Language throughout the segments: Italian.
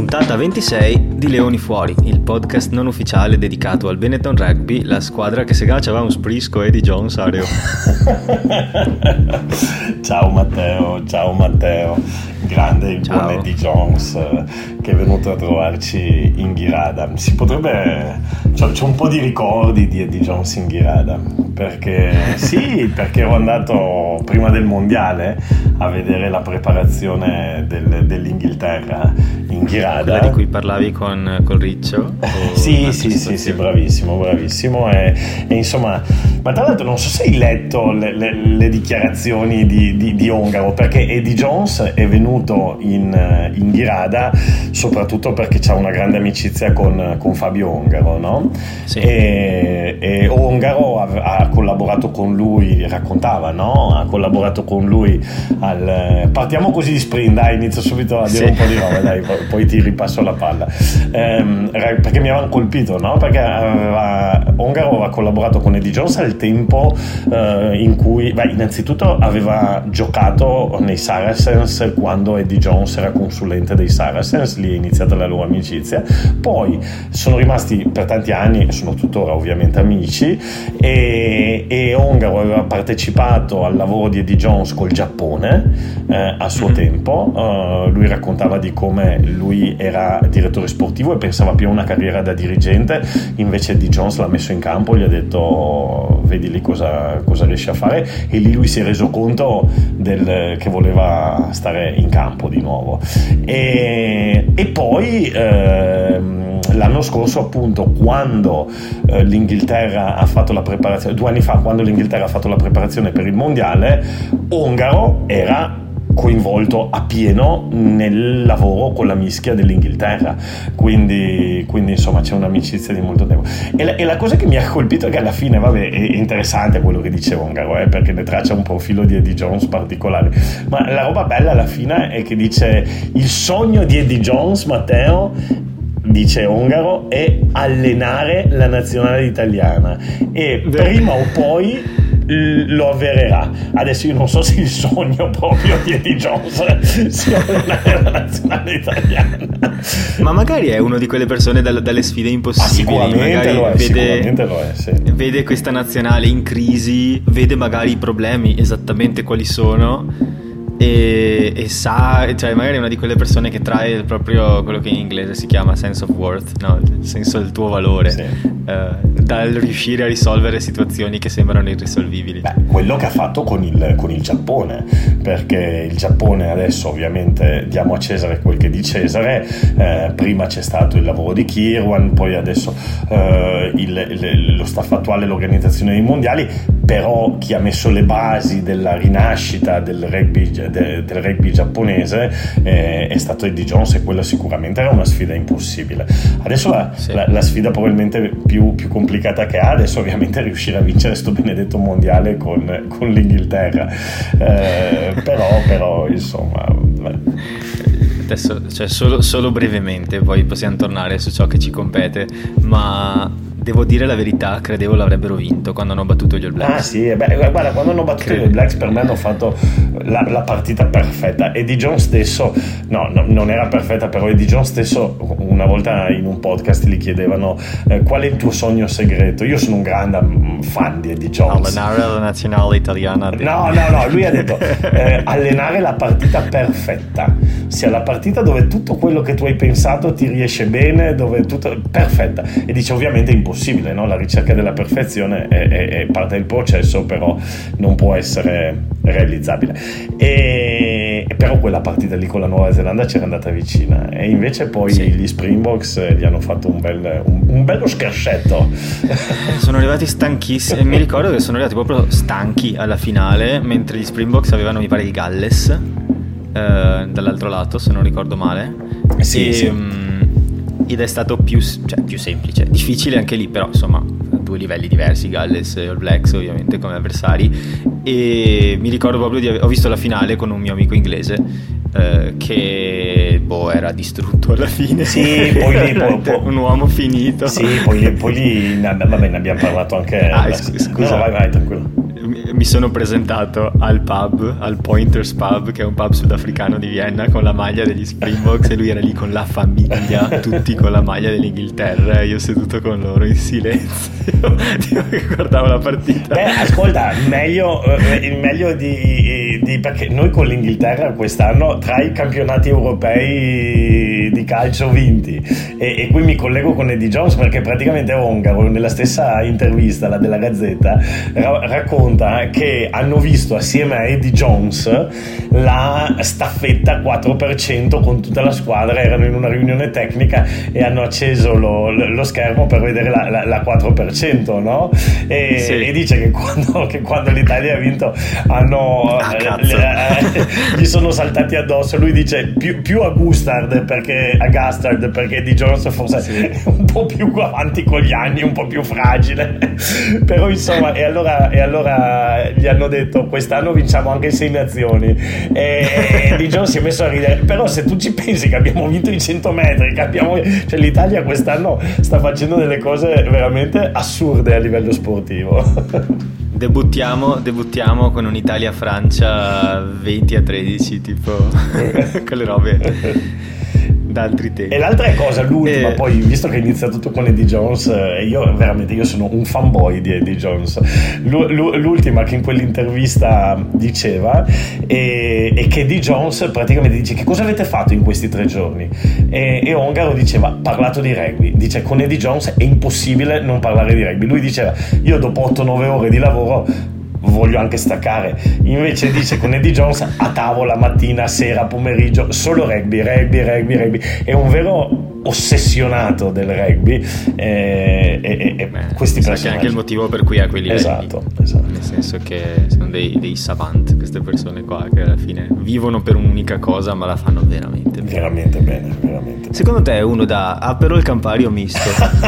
Puntata 26 di Leoni Fuori, il podcast non ufficiale dedicato al Benetton Rugby, la squadra che se gacciava un sprisco Eddie Jones Areo. Ciao Matteo, grande il buon Eddie Jones che è venuto a trovarci in Ghirada. Si potrebbe, c'è un po' di ricordi di Eddie Jones in Ghirada, perché ero andato prima del mondiale a vedere la preparazione dell'Inghilterra in Ghirada. Quella di cui parlavi con Riccio? Sì, bravissimo e insomma, ma tra l'altro non so se hai letto le dichiarazioni di Ongaro, perché Eddie Jones è venuto in Ghirada soprattutto perché c'ha una grande amicizia con Fabio Ongaro, no? Sì. E Ongaro ha collaborato con lui, raccontava, no? Ha collaborato con lui partiamo così di sprint, dai, inizio subito a dire un po' di roba, dai, poi ti ripasso la palla, perché mi avevano colpito, no? Perché Ongaro ha collaborato con Eddie Jones al tempo in cui, innanzitutto aveva giocato nei Saracens quando Eddie Jones era consulente dei Saracens, lì è iniziata la loro amicizia, poi sono rimasti per tanti anni, sono tuttora ovviamente amici, e Ongaro aveva partecipato al lavoro di Eddie Jones col Giappone a suo tempo. Lui raccontava di come lui era direttore sportivo e pensava più a una carriera da dirigente, invece Eddie Jones l'ha messo in campo, gli ha detto vedi lì cosa riesce a fare, e lì lui si è reso conto che voleva stare in campo di nuovo. E poi l'anno scorso, appunto, quando l'Inghilterra ha fatto la preparazione, 2 anni fa, quando l'Inghilterra ha fatto la preparazione per il mondiale, Ongaro era coinvolto a pieno nel lavoro con la mischia dell'Inghilterra, quindi insomma c'è un'amicizia di molto tempo, e la cosa che mi ha colpito è che alla fine, è interessante quello che dice Ongaro, perché ne traccia un profilo di Eddie Jones particolare, ma la roba bella alla fine è che dice: il sogno di Eddie Jones, Matteo, dice Ongaro, è allenare la nazionale italiana e prima o poi lo avvererà. Adesso io non so se il sogno proprio di Eddie Jones sia allenare la nazionale italiana, ma magari è uno di quelle persone dalle sfide impossibili. Sicuramente lo è, sì. Vede questa nazionale in crisi, vede magari i problemi esattamente quali sono e sa, cioè magari è una di quelle persone che trae proprio quello che in inglese si chiama sense of worth, no? Il senso del tuo valore, sì. Dal riuscire a risolvere situazioni che sembrano irrisolvibili. Quello che ha fatto con il Giappone, perché il Giappone adesso, ovviamente, diamo a Cesare quel che è di Cesare, prima c'è stato il lavoro di Kirwan, poi adesso lo staff attuale, l'organizzazione dei mondiali, però chi ha messo le basi della rinascita del rugby giapponese è stato Eddie Jones, e quella sicuramente era una sfida impossibile. Adesso la sfida probabilmente più complicata che ha adesso, ovviamente, è riuscire a vincere sto benedetto mondiale con l'Inghilterra, però insomma adesso, cioè, solo brevemente, poi possiamo tornare su ciò che ci compete, ma devo dire la verità, credevo l'avrebbero vinto quando hanno battuto gli All Blacks. Guarda, quando hanno battuto gli All Blacks, per me hanno fatto la partita perfetta. Eddie Jones stesso, non era perfetta, però Eddie Jones stesso, una volta in un podcast gli chiedevano qual è il tuo sogno segreto. Io sono un grande fan di Eddie Jones. Allenare la nazionale italiana. No, lui ha detto allenare la partita perfetta, sia la partita dove tutto quello che tu hai pensato ti riesce bene, dove tutto perfetta. E dice, ovviamente è impossibile, no? La ricerca della perfezione è parte del processo, però non può essere realizzabile, e però quella partita lì con la Nuova Zelanda c'era andata vicina, e invece poi gli Springboks gli hanno fatto un bello schiaffetto. Sono arrivati stanchissimi, mi ricordo che sono arrivati proprio stanchi alla finale, mentre gli Springboks avevano, mi pare, il Galles dall'altro lato, se non ricordo male. Ed è stato più semplice, difficile anche lì, però insomma 2 livelli diversi, Galles e All Blacks ovviamente come avversari, e mi ricordo proprio ho visto la finale con un mio amico inglese che era distrutto alla fine. Sì, poi un uomo finito. Sì, poi lì ne abbiamo parlato anche. Scusa, no, vai tranquillo. mi sono presentato al pub, al Pointers Pub, che è un pub sudafricano di Vienna, con la maglia degli Springboks, e lui era lì con la famiglia, tutti con la maglia dell'Inghilterra, e io seduto con loro in silenzio che guardavo la partita. Beh, ascolta, meglio di perché noi con l'Inghilterra quest'anno, tra i campionati europei di calcio vinti, e qui mi collego con Eddie Jones, perché praticamente Ongaro nella stessa intervista, la della Gazzetta, racconta che hanno visto assieme a Eddie Jones la staffetta 4% con tutta la squadra, erano in una riunione tecnica e hanno acceso lo schermo per vedere la 4%, no? E dice che quando l'Italia ha vinto gli sono saltati addosso. Lui dice più a Gustard, perché Eddie Jones forse è un po' più avanti con gli anni, un po' più fragile, però insomma, e allora gli hanno detto quest'anno vinciamo anche 6 nazioni, e Eddie Jones si è messo a ridere. Però se tu ci pensi che abbiamo vinto i 100 metri, cioè l'Italia quest'anno sta facendo delle cose veramente assurde a livello sportivo. Debuttiamo con un'Italia-Francia 20-13, tipo quelle robe d'altri tempi. E l'altra cosa, l'ultima, poi visto che inizia tutto con Eddie Jones, io sono un fanboy di Eddie Jones, l'ultima che in quell'intervista diceva è che Eddie Jones praticamente dice: che cosa avete fatto in questi 3 giorni? E Ongaro diceva: parlato di rugby. Dice: con Eddie Jones è impossibile non parlare di rugby. Lui diceva: io dopo 8-9 ore di lavoro voglio anche staccare. Invece dice, con Eddie Jones a tavola, mattina, sera, pomeriggio, solo rugby. È un vero ossessionato del rugby, questi personaggi. Che è anche il motivo per cui ha quei livelli. Esatto. Nel senso che sono dei savant, queste persone qua, che alla fine vivono per un'unica cosa, ma la fanno veramente bene, veramente. Secondo te è uno da Aperol Campari o misto?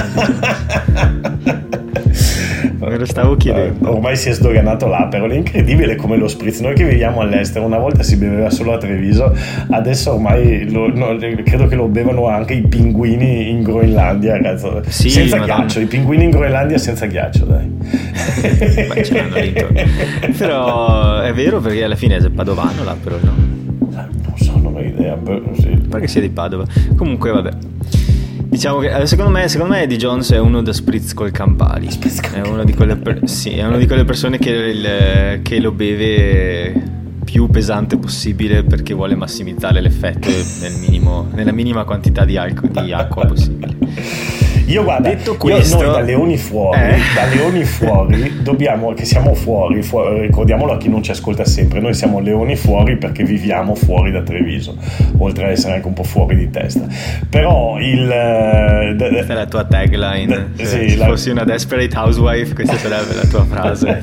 Me lo stavo chiedendo. Ormai si è sdoganato l'Aperol, è incredibile come lo spritz. Noi che viviamo all'estero, una volta si beveva solo a Treviso, adesso ormai credo che lo bevano anche i pinguini in Groenlandia, ragazzi. Sì, senza ghiaccio, i pinguini in Groenlandia senza ghiaccio, dai. Ma ce l'hanno lì. Però è vero, perché alla fine è padovano l'Aperol, no? Non so, non ho idea. Sì. Pare che sia di Padova. Comunque vabbè, diciamo che secondo me Eddie Jones è uno da spritz col Campari. È una di quelle persone che lo beve più pesante possibile, perché vuole massimizzare l'effetto nella minima quantità di acqua possibile. Io guarda, detto questo, noi da Leoni fuori dobbiamo, che siamo fuori, ricordiamolo a chi non ci ascolta sempre, noi siamo Leoni fuori perché viviamo fuori da Treviso, oltre ad essere anche un po' fuori di testa. Però questa è la tua tagline, se fossi una desperate housewife questa sarebbe la tua frase.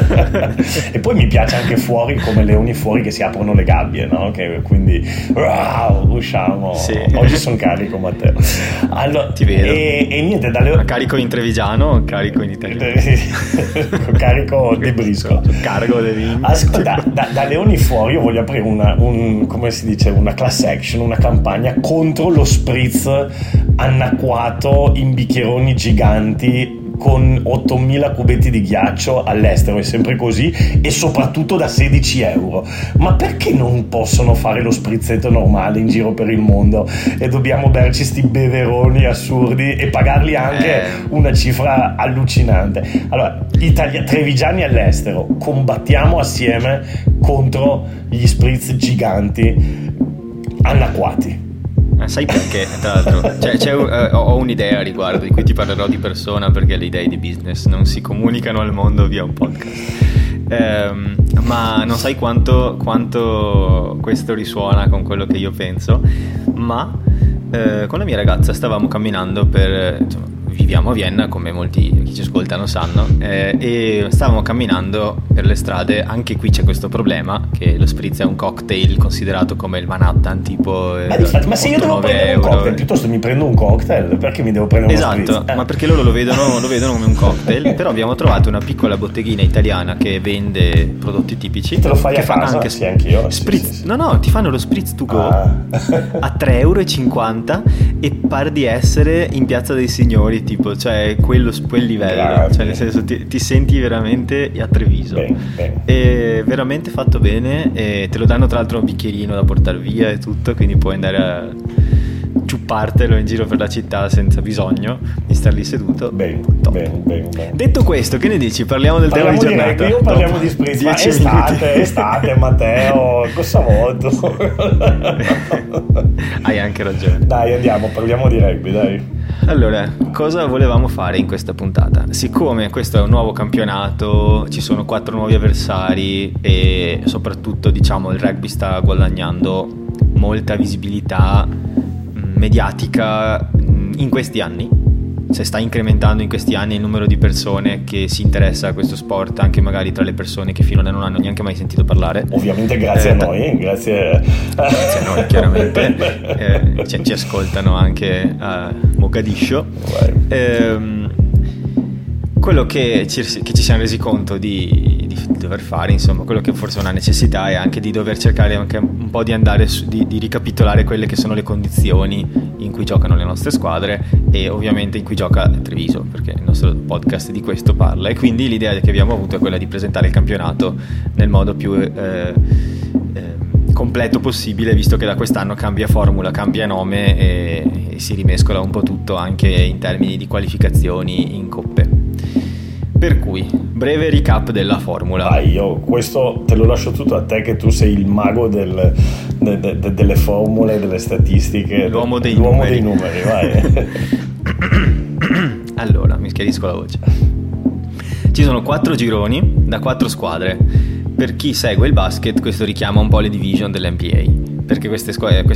E poi mi piace anche fuori, come Leoni fuori, che si aprono le gabbie, no? Che quindi usciamo. Sì. Oggi sono carico, Matteo. Allora, ti vedo. E niente, carico in trevigiano o carico in italiano? Carico di brisco. Cargo di vino. Ascolta, da Leoni fuori io voglio aprire come si dice, una class action, una campagna contro lo spritz annacquato in bicchieroni giganti con 8.000 cubetti di ghiaccio all'estero. È sempre così, e soprattutto da 16 euro. Ma perché non possono fare lo sprizzetto normale in giro per il mondo e dobbiamo berci sti beveroni assurdi e pagarli anche una cifra allucinante? Allora, trevigiani all'estero, combattiamo assieme contro gli spritz giganti annacquati. Sai perché, tra l'altro, ho un'idea a riguardo, di cui ti parlerò di persona, perché le idee di business non si comunicano al mondo via un podcast. Ma non sai quanto questo risuona con quello che io penso, ma con la mia ragazza stavamo camminando viviamo a Vienna, come molti chi ci ascoltano sanno, e stavamo camminando per le strade. Anche qui c'è questo problema, che lo spritz è un cocktail considerato come il Manhattan, tipo ma se io devo prendere un cocktail, piuttosto mi prendo un cocktail, perché mi devo prendere uno spritz? Esatto, ma perché loro lo vedono come un cocktail. Però abbiamo trovato una piccola botteghina italiana che vende prodotti tipici. Te lo fai che a casa? Anche sì, anch'io. Spritz, sì. No, ti fanno lo spritz to go a 3,50 € e pare di essere in Piazza dei Signori, tipo, cioè quel livello. Grande. Cioè nel senso ti senti veramente a Treviso. Bene. E veramente fatto bene, e te lo danno tra l'altro un bicchierino da portare via e tutto, quindi puoi andare a ciuppartelo in giro per la città senza bisogno di star lì seduto. Bene. Detto questo, che ne dici? Parliamo del tema di giornata. Io parliamo di sprint, ma estate, Matteo, cosa volto? Hai anche ragione. Dai, andiamo, parliamo di rugby, dai. Allora, cosa volevamo fare in questa puntata? Siccome questo è un nuovo campionato, ci sono 4 nuovi avversari e soprattutto, diciamo, il rugby sta guadagnando molta visibilità mediatica in questi anni, cioè sta incrementando in questi anni il numero di persone che si interessa a questo sport, anche magari tra le persone che finora non hanno neanche mai sentito parlare. Ovviamente grazie a noi, grazie a noi chiaramente. Ci ascoltano anche a Mogadiscio. Quello che ci siamo resi conto di dover fare, insomma, quello che forse è una necessità è anche di dover cercare anche un po' di andare di ricapitolare quelle che sono le condizioni in cui giocano le nostre squadre e ovviamente in cui gioca Treviso, perché il nostro podcast di questo parla, e quindi l'idea che abbiamo avuto è quella di presentare il campionato nel modo più completo possibile, visto che da quest'anno cambia formula, cambia nome e si rimescola un po' tutto anche in termini di qualificazioni in coppe. Per cui, breve recap della formula. Io questo te lo lascio tutto a te, che tu sei il mago delle formule, delle statistiche, l'uomo dei numeri, vai. Allora, mi schiarisco la voce. Ci sono 4 gironi da 4 squadre. Per chi segue il basket, questo richiama un po' le division dell'NBA, perché questi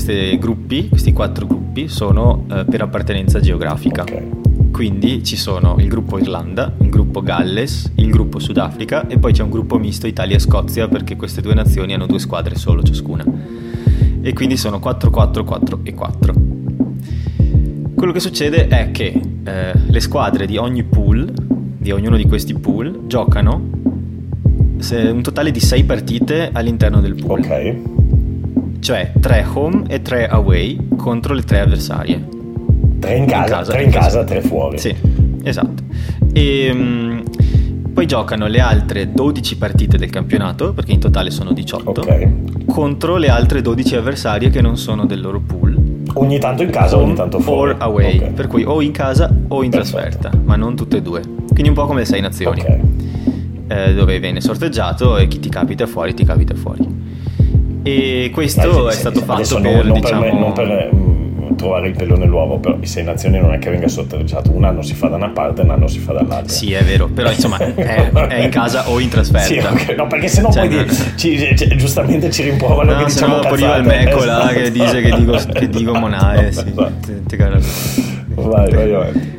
4 gruppi sono per appartenenza geografica. Okay. Quindi ci sono il gruppo Irlanda, il gruppo Galles, il gruppo Sudafrica e poi c'è un gruppo misto Italia e Scozia, perché queste 2 nazioni hanno 2 squadre solo ciascuna. E quindi sono 4, 4, 4 e 4. Quello che succede è che le squadre di ogni pool, di ognuno di questi pool, giocano un totale di 6 partite all'interno del pool. Ok. Cioè 3 home e 3 away contro le 3 avversarie. 3 in casa, 3 fuori. Sì, esatto. E poi giocano le altre 12 partite del campionato, perché in totale sono 18, okay, contro le altre 12 avversarie che non sono del loro pool. Ogni tanto in casa, ogni tanto fuori. Or away, okay, per cui o in casa o in trasferta, ma non tutte e due. Quindi un po' come le 6 nazioni, okay, dove viene sorteggiato e chi ti capita fuori, ti capita fuori. E questo è stato fatto non per trovare il pelo nell'uovo, però i 6 nazioni non è che venga sorteggiato, un anno si fa da una parte, un anno si fa dall'altra. Sì, è vero, però insomma è in casa o in trasferta. Sì, okay. No, perché sennò poi giustamente ci rimprovano, no, che diciamo cazzate. No, poi arriva il Meco là che dice che dico monale, sì. Vai avanti.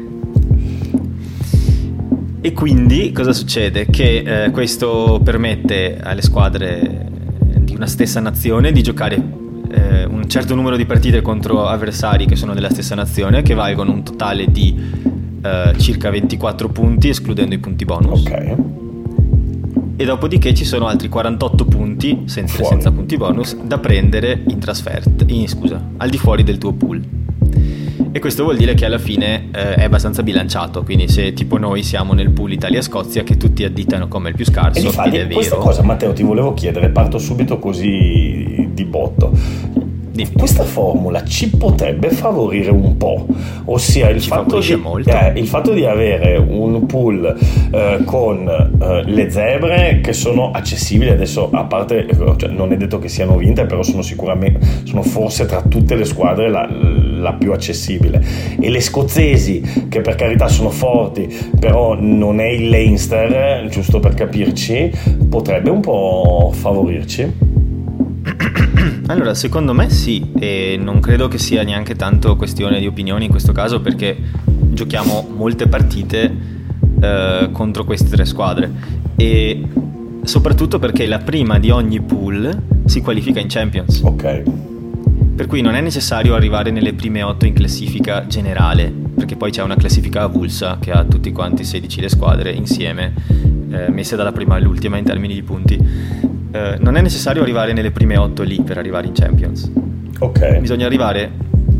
E quindi cosa succede? Che questo permette alle squadre di una stessa nazione di giocare un certo numero di partite contro avversari che sono della stessa nazione, che valgono un totale di circa 24 punti escludendo i punti bonus. Ok. E dopodiché ci sono altri 48 punti senza punti bonus da prendere in trasferta, al di fuori del tuo pool. E questo vuol dire che alla fine è abbastanza bilanciato, quindi se tipo noi siamo nel pool Italia-Scozia che tutti additano come il più scarso, e infatti, ed è questa vero. Cosa, Matteo, ti volevo chiedere, parto subito così di botto. Questa formula ci potrebbe favorire un po', ossia il fatto di avere un pool con le zebre che sono accessibili adesso, a parte, cioè, non è detto che siano vinte, però sono forse tra tutte le squadre la più accessibile, e le scozzesi che per carità sono forti, però non è il Leinster, giusto per capirci, potrebbe un po' favorirci. Allora, secondo me sì, e non credo che sia neanche tanto questione di opinioni in questo caso, perché giochiamo molte partite contro queste 3 squadre, e soprattutto perché la prima di ogni pool si qualifica in Champions. Ok. Per cui non è necessario arrivare nelle prime 8 in classifica generale, perché poi c'è una classifica avulsa che ha tutti quanti 16 le squadre insieme, messe dalla prima all'ultima in termini di punti. Non è necessario arrivare nelle prime 8 lì per arrivare in Champions. Ok. Bisogna arrivare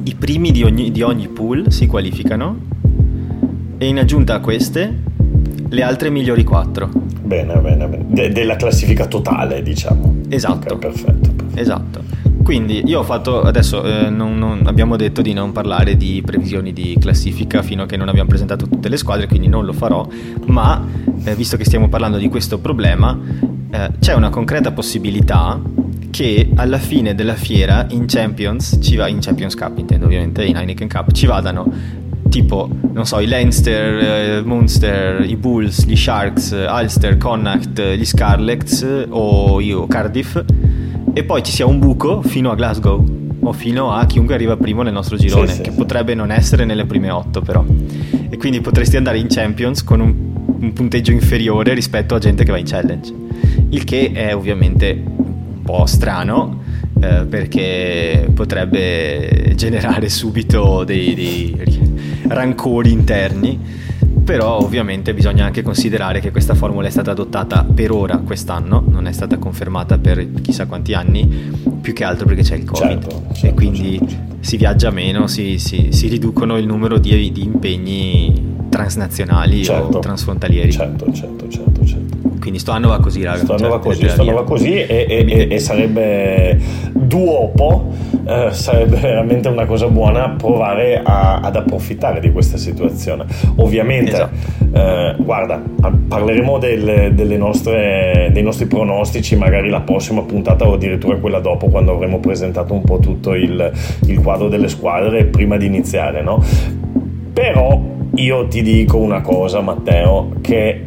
i primi di ogni pool si qualificano e in aggiunta a queste le altre migliori 4. Bene. Della classifica totale, diciamo. Esatto. Okay, perfetto. Esatto. Quindi io ho fatto, adesso non abbiamo detto di non parlare di previsioni di classifica fino a che non abbiamo presentato tutte le squadre, quindi non lo farò, ma visto che stiamo parlando di questo problema, c'è una concreta possibilità che alla fine della fiera in Champions Cup intendo, ovviamente in Heineken Cup, ci vadano tipo, non so, i Leinster, Munster, i Bulls, gli Sharks, Ulster, Connacht, gli Scarlets o Cardiff, e poi ci sia un buco fino a Glasgow o fino a chiunque arriva primo nel nostro girone, che potrebbe non essere nelle prime 8 però, e quindi potresti andare in Champions con un punteggio inferiore rispetto a gente che va in Challenge, il che è ovviamente un po' strano, perché potrebbe generare subito dei rancori interni. Però ovviamente bisogna anche considerare che questa formula è stata adottata per ora quest'anno, non è stata confermata per chissà quanti anni, più che altro perché c'è il Covid, e quindi si viaggia meno, si riducono il numero di impegni transnazionali o transfrontalieri. Certo. Quindi sto anno va così, raga. Sto anno va così e sarebbe duopo, sarebbe veramente una cosa buona provare ad approfittare di questa situazione. Ovviamente, esatto. Guarda, parleremo dei nostri pronostici magari la prossima puntata o addirittura quella dopo, quando avremo presentato un po' tutto il quadro delle squadre prima di iniziare, no? Però io ti dico una cosa, Matteo, che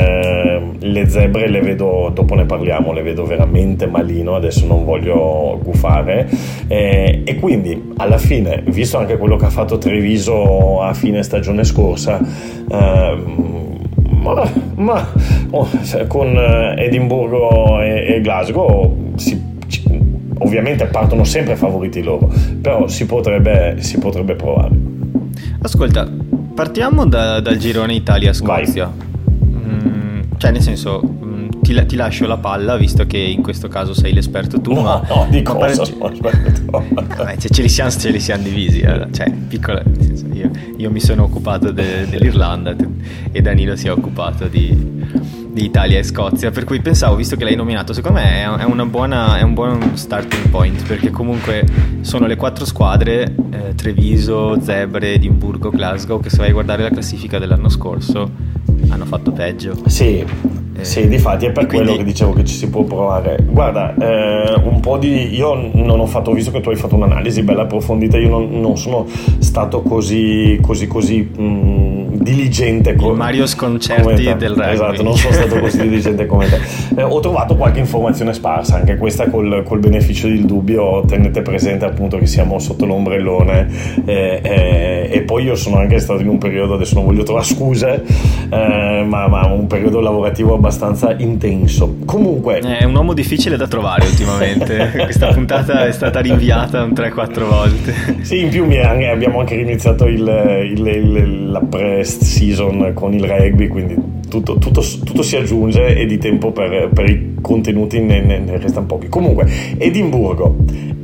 le zebre le vedo, dopo ne parliamo, le vedo veramente malino, adesso non voglio gufare, e quindi alla fine, visto anche quello che ha fatto Treviso a fine stagione scorsa, con Edimburgo e Glasgow ovviamente partono sempre favoriti loro, però si potrebbe provare. Ascolta, partiamo dal girone Italia-Scozia. Cioè, nel senso, ti lascio la palla, visto che in questo caso sei l'esperto tu. No, di cosa sono esperto? Ce li siamo divisi. Cioè, piccola, nel senso, io mi sono occupato dell'Irlanda e Danilo si è occupato di Italia e Scozia, per cui pensavo, visto che l'hai nominato, secondo me è un buon starting point, perché comunque sono le 4 squadre, Treviso, Zebre, Edimburgo, Glasgow, che se vai a guardare la classifica dell'anno scorso hanno fatto peggio. Sì, difatti è per quello che dicevo che ci si può provare. Guarda, un po' io non ho fatto, visto che tu hai fatto un'analisi bella approfondita, io non sono stato così diligente il Mario Sconcerti del rugby. Esatto, non sono stato così diligente come te. Ho trovato qualche informazione sparsa, anche questa col beneficio del dubbio. Tenete presente appunto che siamo sotto l'ombrellone, e poi io sono anche stato in un periodo, adesso non voglio trovare scuse, ma un periodo lavorativo abbastanza intenso. Comunque è un uomo difficile da trovare ultimamente. Questa puntata è stata rinviata 3-4 volte. Sì, in più abbiamo anche riniziato la pre-season con il rugby, quindi tutto si aggiunge e di tempo per i contenuti ne restano pochi. Comunque Edimburgo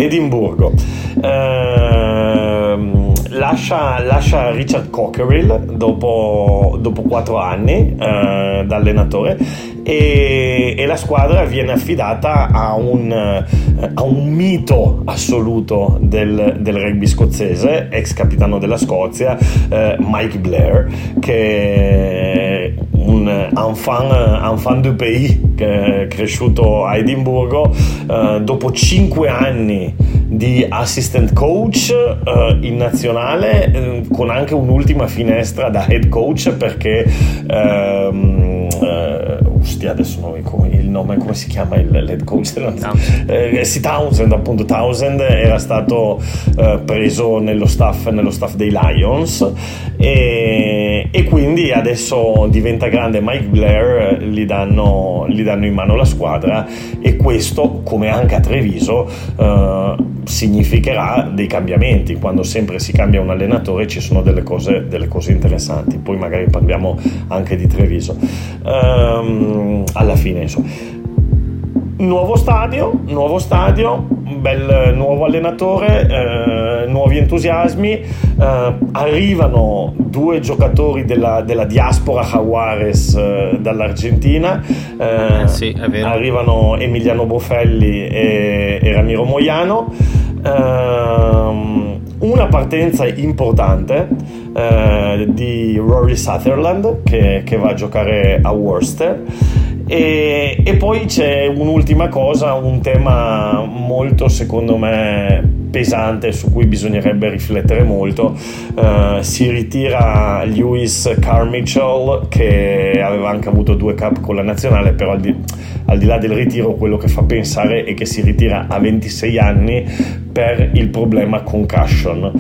lascia Richard Cockerill dopo 4 anni da allenatore, e la squadra viene affidata a un mito assoluto del rugby scozzese, ex capitano della Scozia, Mike Blair, che è un enfant du pays, cresciuto a Edimburgo. Dopo 5 anni di assistant coach in nazionale, con anche un'ultima finestra da head coach, perché adesso il nome, come si chiama il head coach? Townsend, appunto. Townsend era stato preso nello staff dei Lions, e quindi adesso diventa grande Mike Blair, gli danno in mano la squadra, e questo, come anche a Treviso, significherà dei cambiamenti. Quando sempre si cambia un allenatore ci sono delle cose interessanti. Poi magari parliamo anche di Treviso alla fine, insomma. Nuovo stadio, bel nuovo allenatore, nuovi entusiasmi, arrivano 2 giocatori della diaspora Jaguares dall'Argentina, sì, è vero. arrivano Emiliano Bofelli e Ramiro Moiano, una partenza importante di Rory Sutherland che va a giocare a Worcester. E poi c'è un'ultima cosa, un tema molto secondo me pesante su cui bisognerebbe riflettere molto. Si ritira Lewis Carmichael, che aveva anche avuto 2 cap con la nazionale, però al di là del ritiro quello che fa pensare è che si ritira a 26 anni per il problema concussion,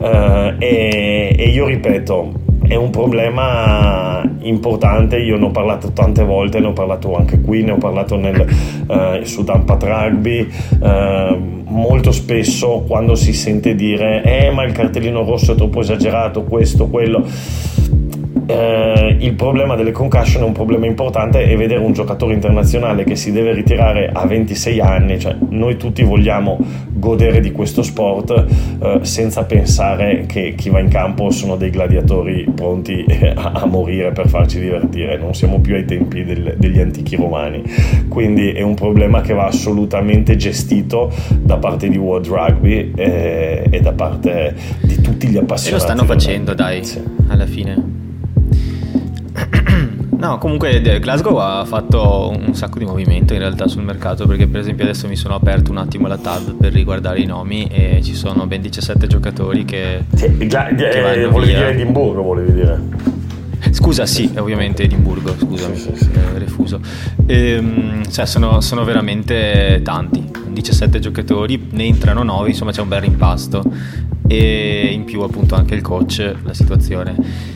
e io ripeto, è un problema importante. Io ne ho parlato tante volte, ne ho parlato anche qui, ne ho parlato su Tampa Rugby. Molto spesso quando si sente dire ma il cartellino rosso è troppo esagerato, questo, quello, il problema delle concussion è un problema importante, e vedere un giocatore internazionale che si deve ritirare a 26 anni, cioè noi tutti vogliamo godere di questo sport, senza pensare che chi va in campo sono dei gladiatori pronti a morire per farci divertire. Non siamo più ai tempi degli antichi romani, quindi è un problema che va assolutamente gestito da parte di World Rugby e da parte di tutti gli appassionati. E lo stanno facendo, dai, sì. Alla fine. No, comunque Glasgow ha fatto un sacco di movimento in realtà sul mercato, perché per esempio adesso mi sono aperto un attimo la tab per riguardare i nomi e ci sono ben 17 giocatori che volevi dire Edimburgo, volevi dire? Scusa, sì, ovviamente Edimburgo, scusami, sì. Refuso. Cioè sono veramente tanti, 17 giocatori, ne entrano 9, insomma c'è un bel rimpasto, e in più appunto anche il coach, la situazione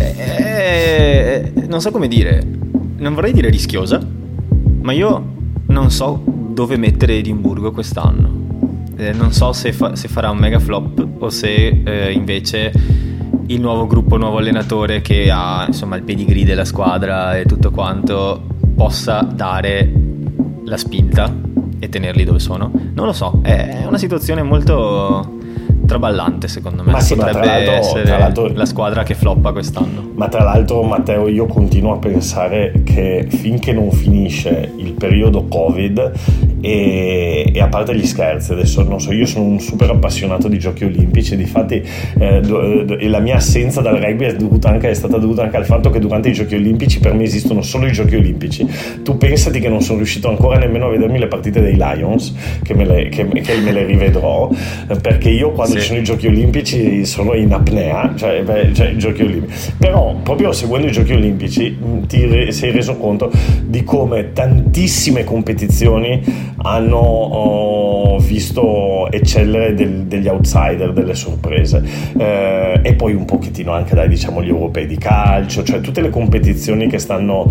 non so come dire, non vorrei dire rischiosa, ma io non so dove mettere Edimburgo quest'anno. Non so se farà un mega flop o se invece il nuovo gruppo, nuovo allenatore che ha insomma il pedigree della squadra e tutto quanto possa dare la spinta e tenerli dove sono. Non lo so, è una situazione molto traballante secondo me. Ma sì, potrebbe essere tra l'altro, la squadra che floppa quest'anno. Ma tra l'altro, Matteo, io continuo a pensare che finché non finisce il periodo Covid, e a parte gli scherzi, adesso non so, io sono un super appassionato di giochi olimpici, difatti la mia assenza dal rugby è stata dovuta anche al fatto che durante i giochi olimpici per me esistono solo i giochi olimpici. Tu pensati che non sono riuscito ancora nemmeno a vedermi le partite dei Lions, che me le rivedrò, perché io quando ci sono i giochi olimpici sono in apnea, cioè i giochi olimpici. Però proprio seguendo i giochi olimpici ti sei reso conto di come tantissime competizioni hanno visto eccellere degli outsider, delle sorprese, e poi un pochettino anche diciamo gli europei di calcio, cioè tutte le competizioni che stanno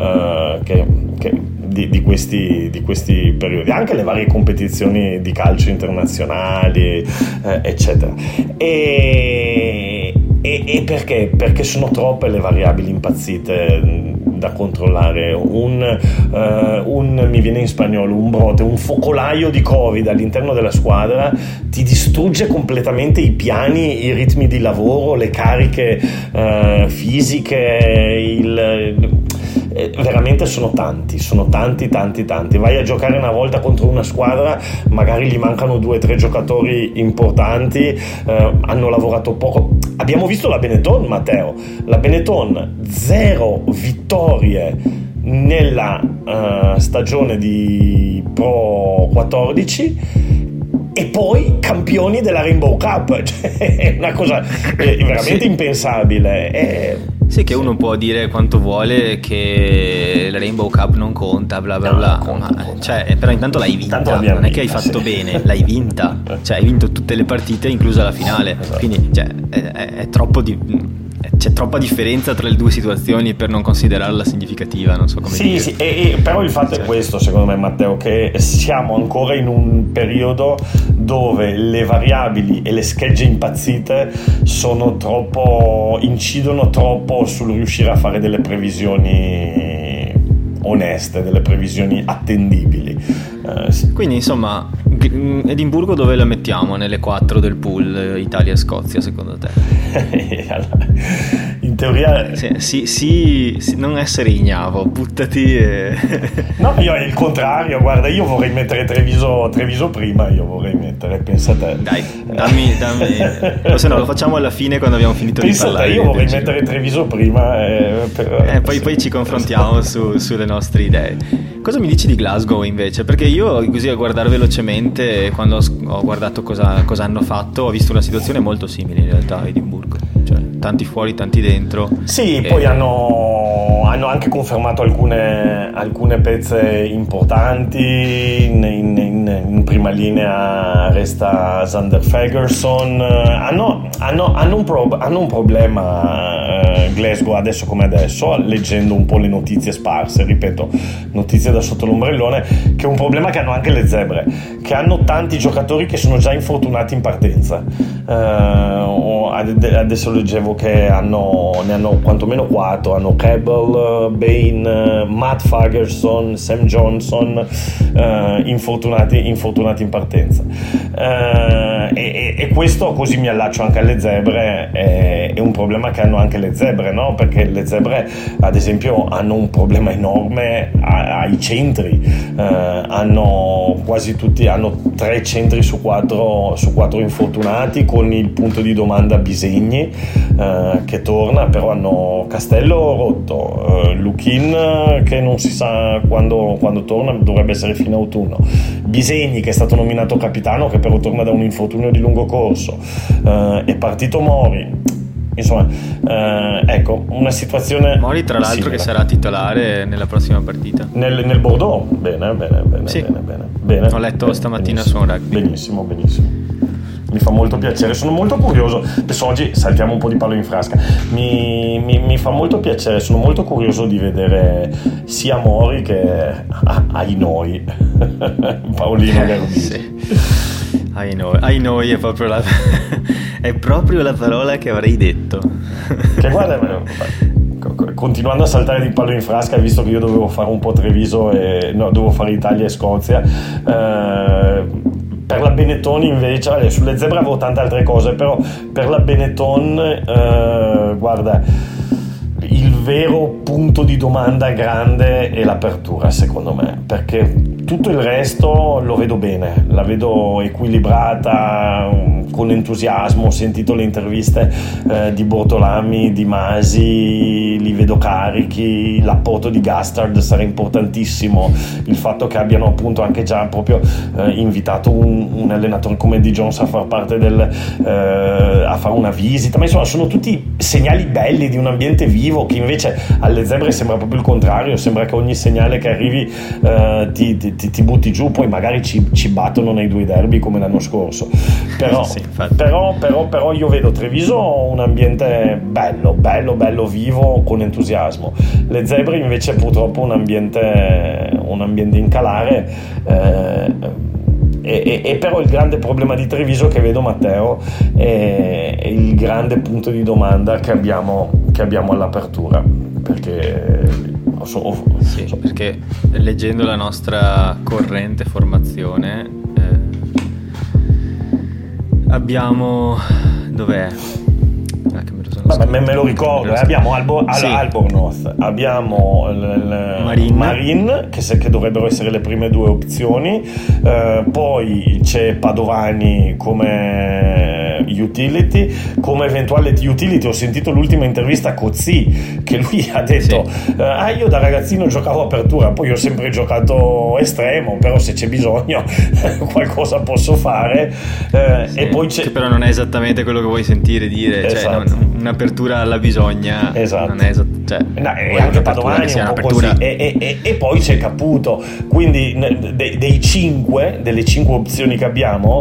di questi periodi, anche le varie competizioni di calcio internazionali, eccetera. E perché? Perché sono troppe le variabili impazzite da controllare. Mi viene in spagnolo un brote, un focolaio di Covid all'interno della squadra ti distrugge completamente i piani, i ritmi di lavoro, le cariche fisiche, veramente sono tanti. Vai a giocare una volta contro una squadra, magari gli mancano 2 o 3 giocatori importanti, hanno lavorato poco. Abbiamo visto la Benetton, Matteo, la Benetton 0 vittorie nella stagione di Pro 14 e poi campioni della Rainbow Cup, cioè, è una cosa veramente impensabile. Sì, che uno può dire quanto vuole che la Rainbow Cup non conta, bla bla bla, conta. Cioè, però intanto l'hai vinta, non è che hai fatto bene, l'hai vinta, cioè hai vinto tutte le partite inclusa la finale, esatto. Quindi cioè, è troppo c'è troppa differenza tra le due situazioni per non considerarla significativa, non so come dire. Sì, però il fatto è questo, secondo me, Matteo, che siamo ancora in un periodo dove le variabili e le schegge impazzite incidono troppo sul riuscire a fare delle previsioni oneste, delle previsioni attendibili. Sì. Quindi insomma, Edimburgo dove la mettiamo nelle 4 del pool Italia-Scozia secondo te? In teoria sì, non essere ignavo, buttati e... No, io è il contrario, guarda, io vorrei mettere Treviso prima, pensa a te. Dai, dammi, o se no lo facciamo alla fine quando abbiamo finito pensa di parlare. Io vorrei mettere Treviso prima poi ci confrontiamo sulle nostre idee. Cosa mi dici di Glasgow invece? Perché io così a guardare velocemente, quando ho guardato cosa hanno fatto, ho visto una situazione molto simile in realtà a Edimburgo, cioè tanti fuori, tanti dentro. Sì, poi hanno anche confermato alcune pezze importanti. In prima linea resta Zander Fagerson. Hanno un problema Glasgow adesso come adesso, leggendo un po' le notizie sparse, ripeto, notizie da sotto l'ombrellone, che è un problema che hanno anche le Zebre, che hanno tanti giocatori che sono già infortunati in partenza. Adesso leggevo che ne hanno quantomeno 4, hanno Cabell, Bain, Matt Fagerson, Sam Johnson, infortunati in partenza. E questo, così mi allaccio anche alle Zebre, è un problema che hanno anche le Zebre, no? Perché le Zebre ad esempio hanno un problema enorme ai centri, hanno quasi tutti, hanno 3 centri su 4 infortunati, con il punto di domanda Bisegni che torna, però hanno Castello rotto, Luchin che non si sa quando torna, dovrebbe essere fine autunno, Bisegni che è stato nominato capitano che però torna da un infortunio di lungo corso, è partito Mori. Insomma, ecco, una situazione Mori tra l'altro simile. Che sarà titolare nella prossima partita nel Bordeaux. Bene. Sì. Bene. Ho letto stamattina su un rugby. Benissimo. Mi fa molto piacere, sono molto curioso. Adesso oggi saltiamo un po' di palo in frasca. Mi fa molto piacere, sono molto curioso di vedere sia Mori che ai noi Paolino Garbisi. Sì. Ai noi è proprio la parola che avrei detto. Che guarda, continuando a saltare di palo in frasca, visto che io dovevo fare un po' Treviso dovevo fare Italia e Scozia, per la Benetton invece, sulle Zebre avevo tante altre cose, però per la Benetton guarda, il vero punto di domanda grande è l'apertura, secondo me, perché tutto il resto lo vedo bene, la vedo equilibrata, con entusiasmo. Ho sentito le interviste di Bortolami, di Masi, li vedo carichi, l'apporto di Gastard sarà importantissimo, il fatto che abbiano appunto anche già proprio invitato un allenatore come Eddie Jones a far parte a fare una visita, ma insomma sono tutti segnali belli di un ambiente vivo, che invece alle Zebre sembra proprio il contrario, sembra che ogni segnale che arrivi ti butti giù, poi magari ci battono nei 2 derby come l'anno scorso, però, sì, però io vedo Treviso un ambiente bello vivo, con entusiasmo. Le Zebre invece purtroppo un ambiente in calare, e però il grande problema di Treviso che vedo, Matteo, è il grande punto di domanda che abbiamo all'apertura, perché perché leggendo la nostra corrente formazione abbiamo dov'è? Me lo ricordo, abbiamo Albornoz, abbiamo Marin che dovrebbero essere le prime 2 opzioni, poi c'è Padovani come utility, come eventuale utility. Ho sentito l'ultima intervista a Cozzi, che lui ha detto io da ragazzino giocavo apertura, poi ho sempre giocato estremo, però se c'è bisogno qualcosa posso fare, e poi c'è, che però non è esattamente quello che vuoi sentire dire, esatto. Cioè un'apertura alla bisogna, esatto. Non è e anche Padovani un po' così, e poi c'è Caputo, quindi delle 5 opzioni che abbiamo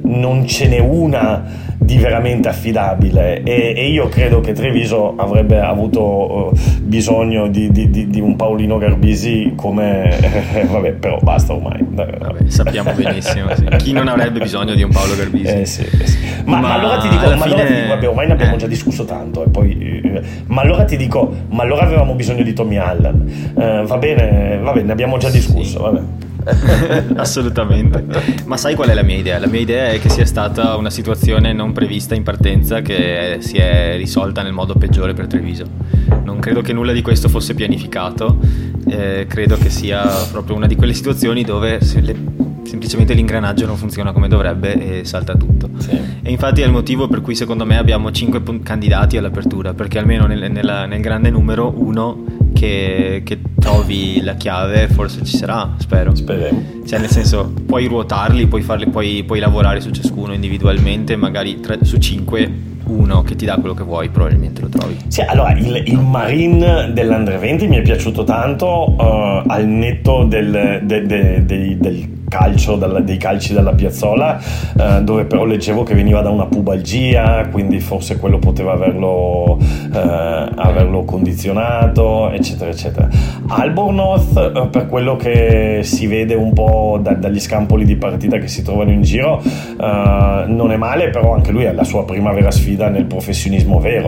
non ce n'è una di veramente affidabile, e io credo che Treviso avrebbe avuto bisogno di un Paolino Garbisi come vabbè, però basta ormai. Vabbè, sappiamo benissimo, sì. Chi non avrebbe bisogno di un Paolo Garbisi? Sì. Ma allora ti dico, vabbè, ormai ne abbiamo già discusso tanto, e poi ma allora ti dico, ma allora avevamo bisogno di Tommy Allen. Va bene, ne abbiamo già discusso, vabbè. Assolutamente. Ma sai qual è la mia idea? La mia idea è che sia stata una situazione non prevista in partenza, che si è risolta nel modo peggiore per Treviso. Non credo che nulla di questo fosse pianificato, credo che sia proprio una di quelle situazioni dove semplicemente l'ingranaggio non funziona come dovrebbe e salta tutto. Sì. E infatti è il motivo per cui secondo me abbiamo 5 candidati all'apertura, perché almeno nel grande numero uno che trovi la chiave forse ci sarà, spero. Speriamo. Cioè, nel senso, puoi ruotarli, puoi lavorare su ciascuno individualmente, magari 3 su 5 uno che ti dà quello che vuoi, probabilmente lo trovi. Sì, allora il Marin dell'Under 20 mi è piaciuto tanto, al netto del calcio, dei calci dalla piazzola, dove però leggevo che veniva da una pubalgia, quindi forse quello poteva averlo condizionato, eccetera eccetera. Albornoz, per quello che si vede un po' dagli scampoli di partita che si trovano in giro, non è male, però anche lui è la sua prima vera sfida nel professionismo vero,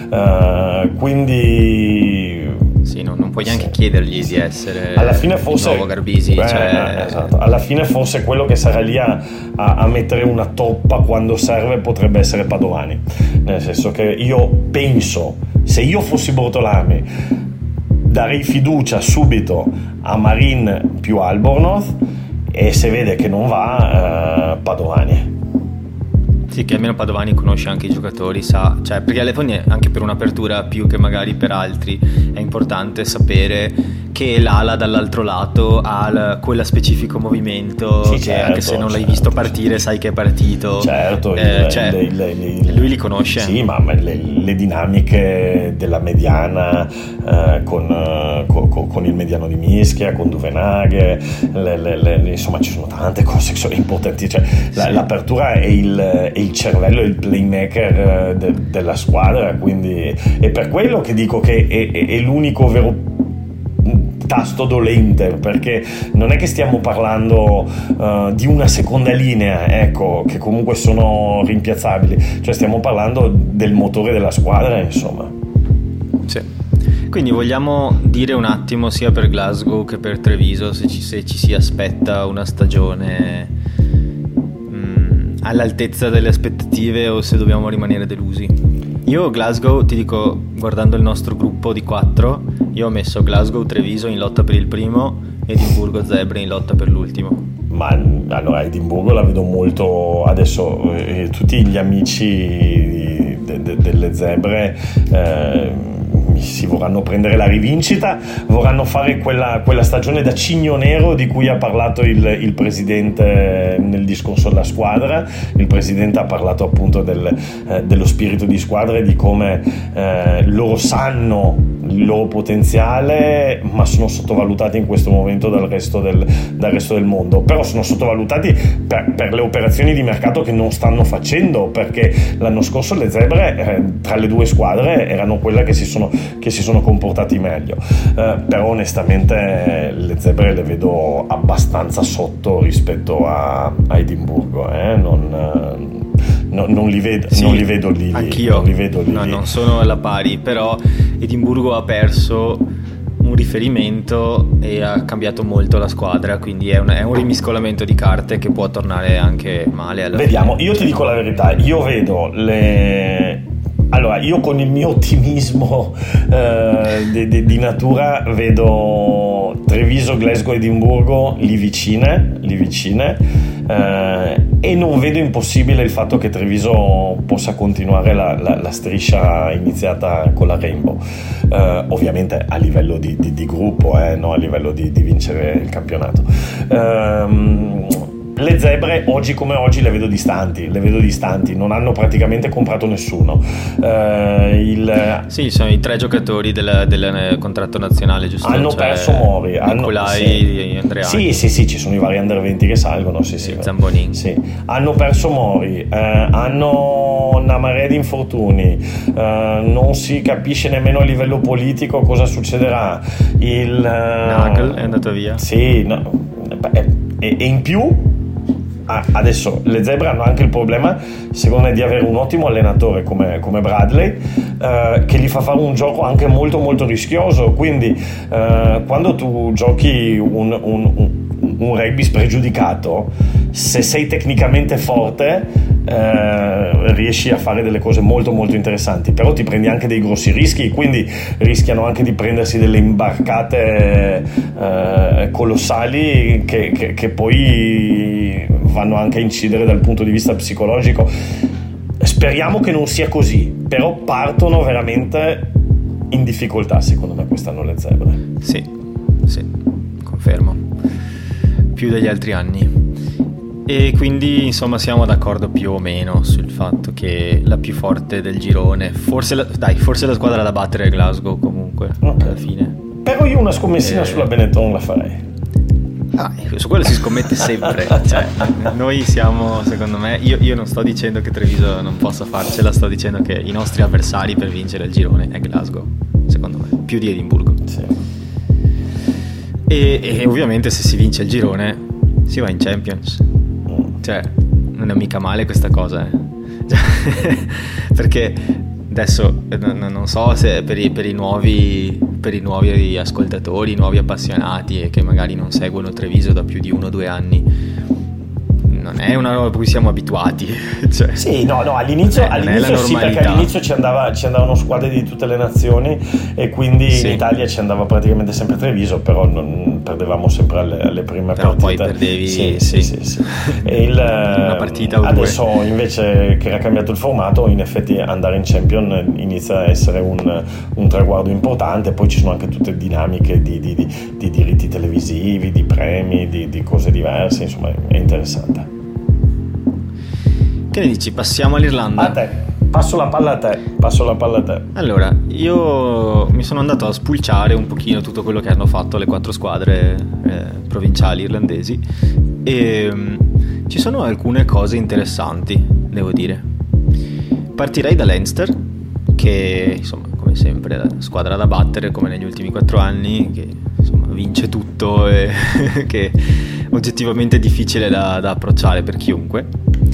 quindi sì, non puoi neanche chiedergli di essere alla fine forse, il nuovo Garbisi, esatto. Alla fine forse quello che sarà lì a mettere una toppa quando serve potrebbe essere Padovani, nel senso che io penso, se io fossi Bortolami, darei fiducia subito a Marin più Albornoz, e se vede che non va, Padovani. Sì, che almeno Padovani conosce anche i giocatori, sa, cioè, perché alle volte anche per un'apertura più che magari per altri è importante sapere che l'ala dall'altro lato ha quello specifico movimento, sì, che certo, anche se non l'hai visto partire sai che è partito. Certo, lui li conosce. Sì, ma le dinamiche della mediana, con il mediano di Mischia, con Duvenaghe, insomma ci sono tante cose che sono importanti, cioè, sì. L'apertura è il cervello, il playmaker della squadra, quindi è per quello che dico che è l'unico vero tasto dolente, perché non è che stiamo parlando di una seconda linea, ecco, che comunque sono rimpiazzabili, cioè stiamo parlando del motore della squadra, insomma. Sì. Quindi vogliamo dire un attimo sia per Glasgow che per Treviso se ci si aspetta una stagione all'altezza delle aspettative o se dobbiamo rimanere delusi. Io Glasgow, ti dico, guardando il nostro gruppo di 4, io ho messo Glasgow, Treviso in lotta per il primo, Edimburgo, Zebre in lotta per l'ultimo. Ma allora Edimburgo la vedo molto adesso, tutti gli amici delle Zebre si vorranno prendere la rivincita, vorranno fare quella stagione da cigno nero di cui ha parlato il presidente nel discorso della squadra. Il presidente ha parlato appunto dello spirito di squadra e di come loro sanno il loro potenziale, ma sono sottovalutati in questo momento dal resto del mondo, però sono sottovalutati per le operazioni di mercato che non stanno facendo, perché l'anno scorso le Zebre tra le due squadre erano quelle che si sono comportati meglio, però onestamente le Zebre le vedo abbastanza sotto rispetto a Edimburgo, non li vedo, sì, non li vedo lì. Anch'io non sono alla pari, però Edimburgo ha perso un riferimento e ha cambiato molto la squadra, quindi è un rimiscolamento di carte che può tornare anche male alla Vediamo, fine. Io ti dico la verità, io vedo allora, io con il mio ottimismo di natura vedo Treviso, Glasgow e Edimburgo lì vicine, e non vedo impossibile il fatto che Treviso possa continuare la striscia iniziata con la Rainbow, ovviamente a livello di gruppo, no a livello di vincere il campionato. le zebre oggi come oggi le vedo distanti, non hanno praticamente comprato nessuno. Sì, sono i 3 giocatori del contratto nazionale, giusto? Hanno perso Mori, Nicolai, Andreani. Sì, ci sono i vari under 20 che salgono, sì. Zambonin. Sì. Hanno perso Mori, hanno una marea di infortuni, non si capisce nemmeno a livello politico cosa succederà. Nagel è andato via. Sì, e in più adesso le zebre hanno anche il problema, secondo me, di avere un ottimo allenatore come Bradley, che gli fa fare un gioco anche molto molto rischioso. Quindi quando tu giochi un rugby spregiudicato, se sei tecnicamente forte riesci a fare delle cose molto molto interessanti, però ti prendi anche dei grossi rischi, quindi rischiano anche di prendersi delle imbarcate colossali che poi vanno anche a incidere dal punto di vista psicologico. Speriamo che non sia così, però partono veramente in difficoltà, secondo me, quest'anno le zebre. Sì, confermo, più degli altri anni. E quindi insomma siamo d'accordo più o meno sul fatto che la più forte del girone, forse la squadra da battere è Glasgow comunque, alla fine. Però io una scommessina sulla Benetton la farei. Su quello si scommette sempre. Cioè, noi siamo, secondo me, io non sto dicendo che Treviso non possa farcela, sto dicendo che i nostri avversari per vincere il girone è Glasgow, secondo me, più di Edimburgo. Sì. E ovviamente se si vince il girone si va in Champions. Cioè, non è mica male questa cosa, perché adesso non so se per i nuovi ascoltatori, i nuovi appassionati e che magari non seguono Treviso da più di 1 o 2 anni, non è una roba a cui siamo abituati. Cioè, sì, no, all'inizio sì, perché all'inizio ci andavano squadre di tutte le nazioni e quindi sì, in Italia ci andava praticamente sempre Treviso, però non perdevamo sempre alle prime però partite. Poi perdevi sì. E una partita adesso invece che era cambiato il formato, in effetti andare in Champion inizia a essere un traguardo importante. Poi ci sono anche tutte dinamiche di diritti televisivi, di premi, di cose diverse, insomma è interessante. Che ne dici? Passiamo all'Irlanda? A te, passo la palla a te. Allora, io mi sono andato a spulciare un pochino tutto quello che hanno fatto le 4 squadre provinciali irlandesi e ci sono alcune cose interessanti, devo dire. Partirei da Leinster, che insomma, come sempre, è la squadra da battere, come negli ultimi 4 anni, che insomma vince tutto e che oggettivamente è difficile da approcciare per chiunque.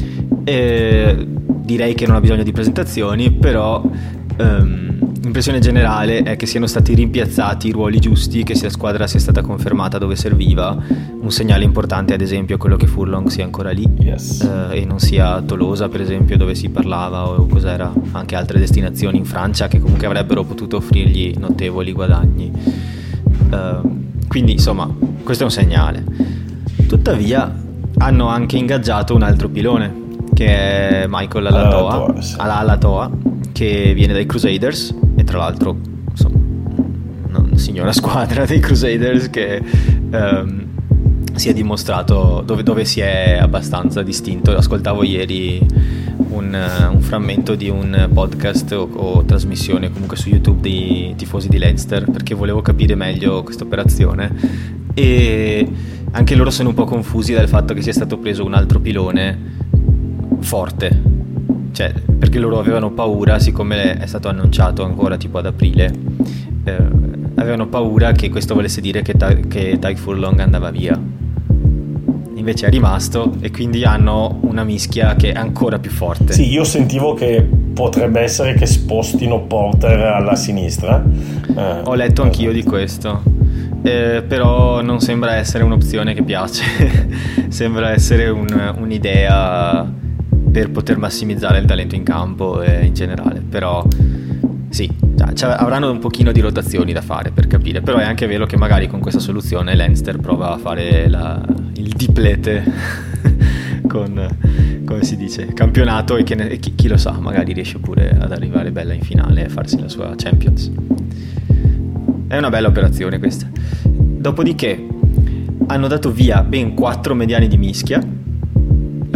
Direi che non ha bisogno di presentazioni, però l'impressione generale è che siano stati rimpiazzati i ruoli giusti, che la squadra sia stata confermata dove serviva. Un segnale importante, ad esempio, è quello che Furlong sia ancora lì, yes, e non sia Tolosa, per esempio, dove si parlava, o cos'era, anche altre destinazioni in Francia che comunque avrebbero potuto offrirgli notevoli guadagni. Quindi insomma questo è un segnale. Tuttavia hanno anche ingaggiato un altro pilone, che è Michael Alatoa, che viene dai Crusaders, e tra l'altro insomma una signora squadra dei Crusaders che si è dimostrato dove si è abbastanza distinto. Ascoltavo ieri un frammento di un podcast o trasmissione comunque su YouTube dei tifosi di Leinster, perché volevo capire meglio questa operazione, e anche loro sono un po' confusi dal fatto che sia stato preso un altro pilone forte, cioè perché loro avevano paura, siccome è stato annunciato ancora tipo ad aprile, avevano paura che questo volesse dire che Tadhg Furlong andava via. Invece è rimasto, e quindi hanno una mischia che è ancora più forte. Sì, io sentivo che potrebbe essere che spostino Porter alla sinistra. Ho letto anch'io di questo, però non sembra essere un'opzione che piace. Sembra essere un'idea per poter massimizzare il talento in campo e in generale. Però sì, avranno un pochino di rotazioni da fare per capire. Però è anche vero che magari con questa soluzione Leinster prova a fare il diplete con, come si dice, campionato, e chi lo sa, magari riesce pure ad arrivare bella in finale e farsi la sua Champions. È una bella operazione questa. Dopodiché hanno dato via ben 4 mediani di mischia,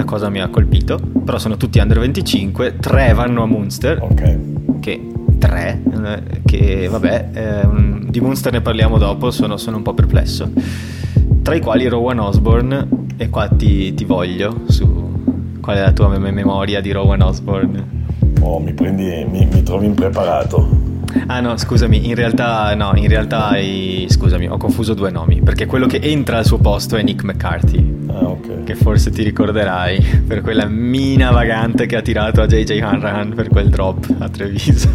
cosa mi ha colpito, però sono tutti under 25, 3 vanno a Munster, che 3, che vabbè, di Munster ne parliamo dopo, sono un po' perplesso, tra i quali Rowan Osborne, e qua ti voglio su qual è la tua memoria di Rowan Osborne. Mi trovi impreparato. Ah no, scusami, in realtà scusami, ho confuso 2 nomi, perché quello che entra al suo posto è Nick McCarthy. Che forse ti ricorderai per quella mina vagante che ha tirato a JJ Hanrahan per quel drop a Treviso.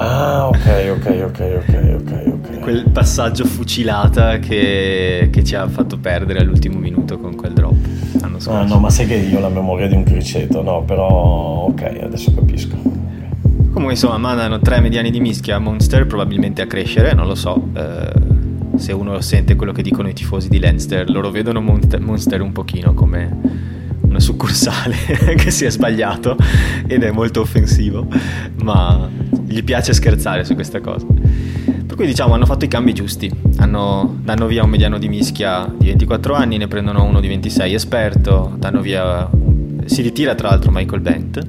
Ok. Quel passaggio fucilata che ci ha fatto perdere all'ultimo minuto con quel drop l'anno scorso. No, ma sai che io ho la memoria di un criceto, no, però ok, adesso capisco. Comunque insomma mandano 3 mediani di mischia a Munster, probabilmente a crescere, non lo so, se uno sente quello che dicono i tifosi di Leinster, loro vedono Munster un pochino come una succursale che si è sbagliato ed è molto offensivo, ma gli piace scherzare su questa cosa. Per cui diciamo hanno fatto i cambi giusti, danno via un mediano di mischia di 24 anni, ne prendono uno di 26 esperto, danno via si ritira tra l'altro Michael Bent,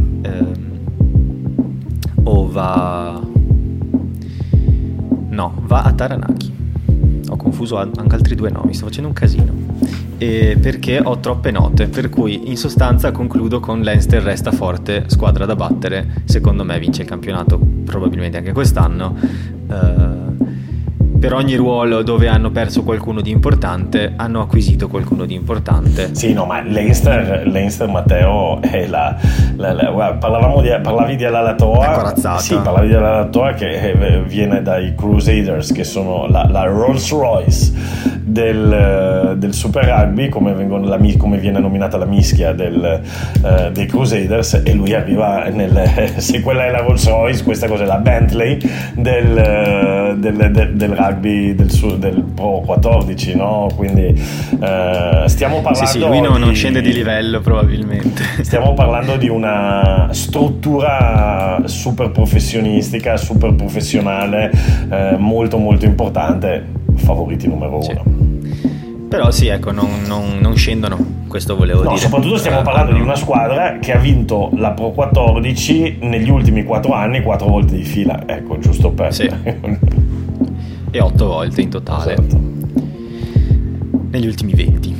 va a Taranaki. Ho confuso anche altri 2 nomi, sto facendo un casino, perché ho troppe note, per cui in sostanza concludo con Leinster resta forte, squadra da battere, secondo me vince il campionato probabilmente anche quest'anno. Per ogni ruolo dove hanno perso qualcuno di importante hanno acquisito qualcuno di importante. Sì, no, ma Leinster Matteo è parlavi di Alalatoa. Corazzata. Sì, parlavi di Alalatoa che viene dai Crusaders, che sono la Rolls Royce del Super Rugby, come viene nominata la mischia dei Crusaders, e lui arriva se quella è la Rolls Royce, questa cosa è la Bentley del rugby del Pro 14, no? Quindi stiamo parlando sì, lui non scende di livello probabilmente. Stiamo parlando di una struttura super professionistica, super professionale, molto molto importante, favoriti numero 1. Però sì, ecco, non scendono, questo volevo dire. Soprattutto stiamo parlando di una squadra che ha vinto la Pro 14 negli ultimi 4 anni 4 volte di fila, ecco, giusto per... Sì. E 8 volte in totale. Esatto. Negli ultimi 20.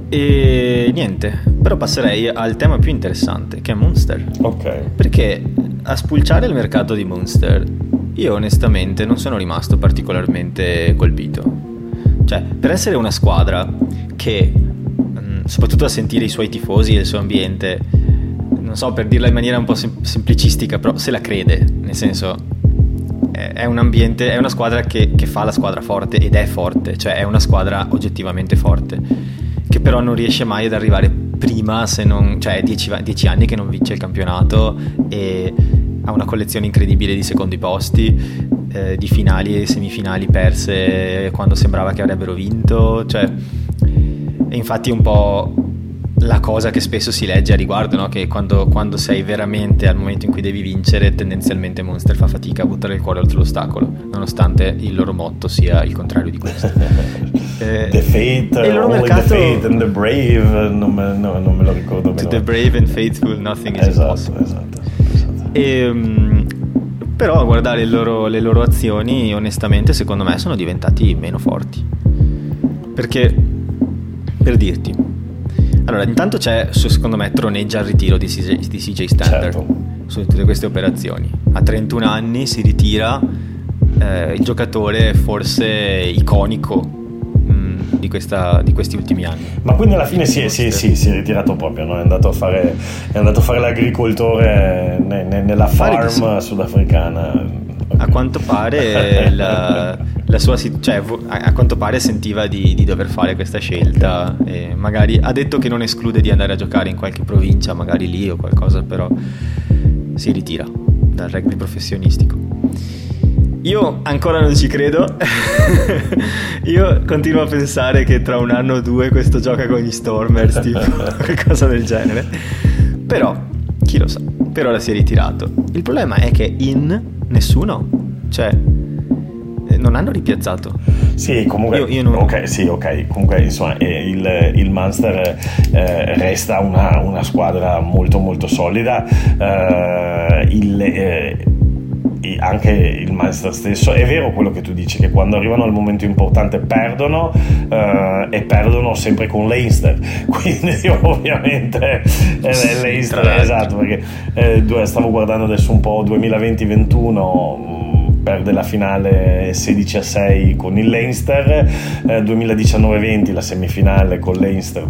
E niente, però passerei al tema più interessante, che è Munster. Ok. Perché a spulciare il mercato di Munster io onestamente non sono rimasto particolarmente colpito. Cioè, per essere una squadra che, soprattutto a sentire i suoi tifosi e il suo ambiente, non so, per dirla in maniera un po' semplicistica, però se la crede, nel senso è un ambiente, è una squadra che fa la squadra forte, ed è forte, cioè è una squadra oggettivamente forte, che però non riesce mai ad arrivare prima, se non, cioè 10 anni che non vince il campionato e ha una collezione incredibile di secondi posti, di finali e semifinali perse quando sembrava che avrebbero vinto, cioè, e infatti un po' la cosa che spesso si legge a riguardo, no? Che quando sei veramente al momento in cui devi vincere, tendenzialmente Munster fa fatica a buttare il cuore oltre l'ostacolo, nonostante il loro motto sia il contrario di questo. The fate, il loro only mercato, the fate and the brave, non me lo ricordo bene. To the brave and faithful nothing is impossible. Esatto. Però a guardare le loro azioni, onestamente secondo me sono diventati meno forti, perché, per dirti, allora intanto c'è, secondo me, troneggia il ritiro di CJ Stander, certo, su tutte queste operazioni. A 31 anni si ritira il giocatore forse iconico di questi ultimi anni. Ma quindi alla fine si è ritirato proprio, no? È andato a fare l'agricoltore nella farm sudafricana. A quanto pare la sua, cioè, a quanto pare sentiva di dover fare questa scelta, e magari ha detto che non esclude di andare a giocare in qualche provincia, magari lì o qualcosa, però si ritira dal rugby professionistico. Io ancora non ci credo. Io continuo a pensare che tra un anno o 2 questo gioca con gli Stormers, tipo qualcosa del genere. Però chi lo sa, per ora si è ritirato. Il problema è che nessuno, cioè non hanno ripiazzato. Sì, comunque, io non... ok. Comunque, insomma, il Munster resta una squadra molto molto solida. Anche il Munster stesso, è vero quello che tu dici, che quando arrivano al momento importante perdono, e perdono sempre con Leinster, quindi ovviamente Leinster, esatto, perché stavo guardando adesso un po' 2020-21, perde la finale 16-6 con il Leinster, 2019-20 la semifinale con Leinster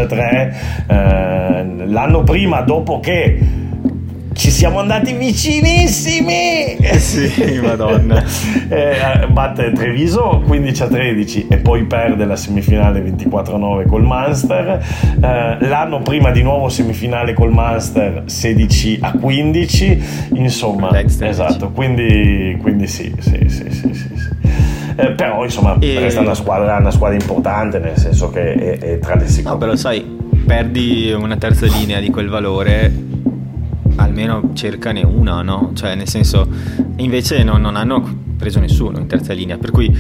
13-3, l'anno prima, dopo che ci siamo andati vicinissimi, sì, madonna, batte Treviso 15-13 e poi perde la semifinale 24-9 col Munster, l'anno prima di nuovo semifinale col Munster 16-15, insomma, esatto, quindi sì. Però insomma resta una squadra importante, nel senso che è tra le sicure. No, però sai, perdi una terza linea di quel valore, almeno cercane una, no? Cioè, nel senso, invece non hanno preso nessuno in terza linea, per cui